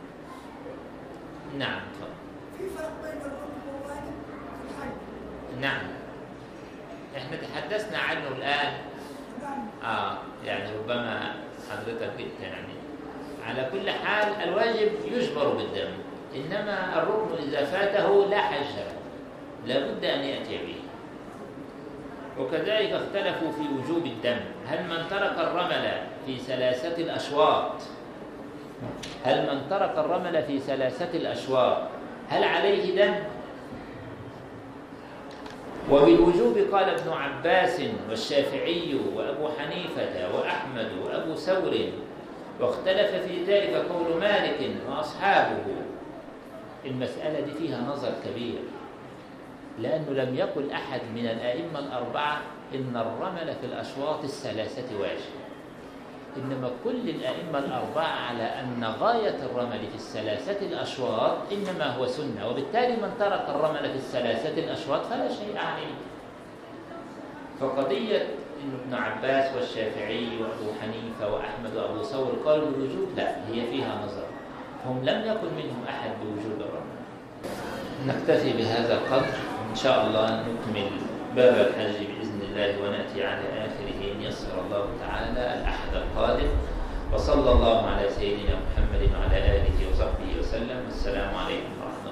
نعم. في فرق بين الركن والواجب في الحج؟ نعم، احنا تحدثنا عنه الآن. آه يعني ربما حضرتك جئت يعني. على كل حال الواجب يجبر بالدم، إنما الركن إذا فاته لا حج له، لابد أن يأتي به. وكذلك اختلفوا في وجوب الدم، هل من ترك الرمل في ثلاثة الأشواط هل من ترك الرمل في ثلاثة الأشواط هل عليه دم؟ وبالوجوب قال ابن عباس والشافعي وأبو حنيفة وأحمد وأبو ثور، واختلف في ذلك قول مالك وأصحابه. المسألة دي فيها نظر كبير، لأنه لم يقل أحد من الأئمة الأربعة إن الرمل في الأشواط الثلاثة واجب، إنما كل الأئمة الأربعة على أن غاية الرمل في الثلاثة الأشواط إنما هو سنة، وبالتالي من ترك الرمل في الثلاثة الأشواط فلا شيء عليه. فقضية إن ابن عباس والشافعي وأبو حنيفة وأحمد وأبو ثور قالوا بالوجوب، لا، هي فيها نظر، هم لم يكن منهم أحد بوجوب الرمل. نكتفي بهذا القدر، إن شاء الله نكمل باب الحج بإذن الله ونأتي على آخره إن يسر الله تعالى الأحد القادم. وصلى الله على سيدنا محمد وعلى آله وصحبه وسلم. والسلام عليكم ورحمة الله.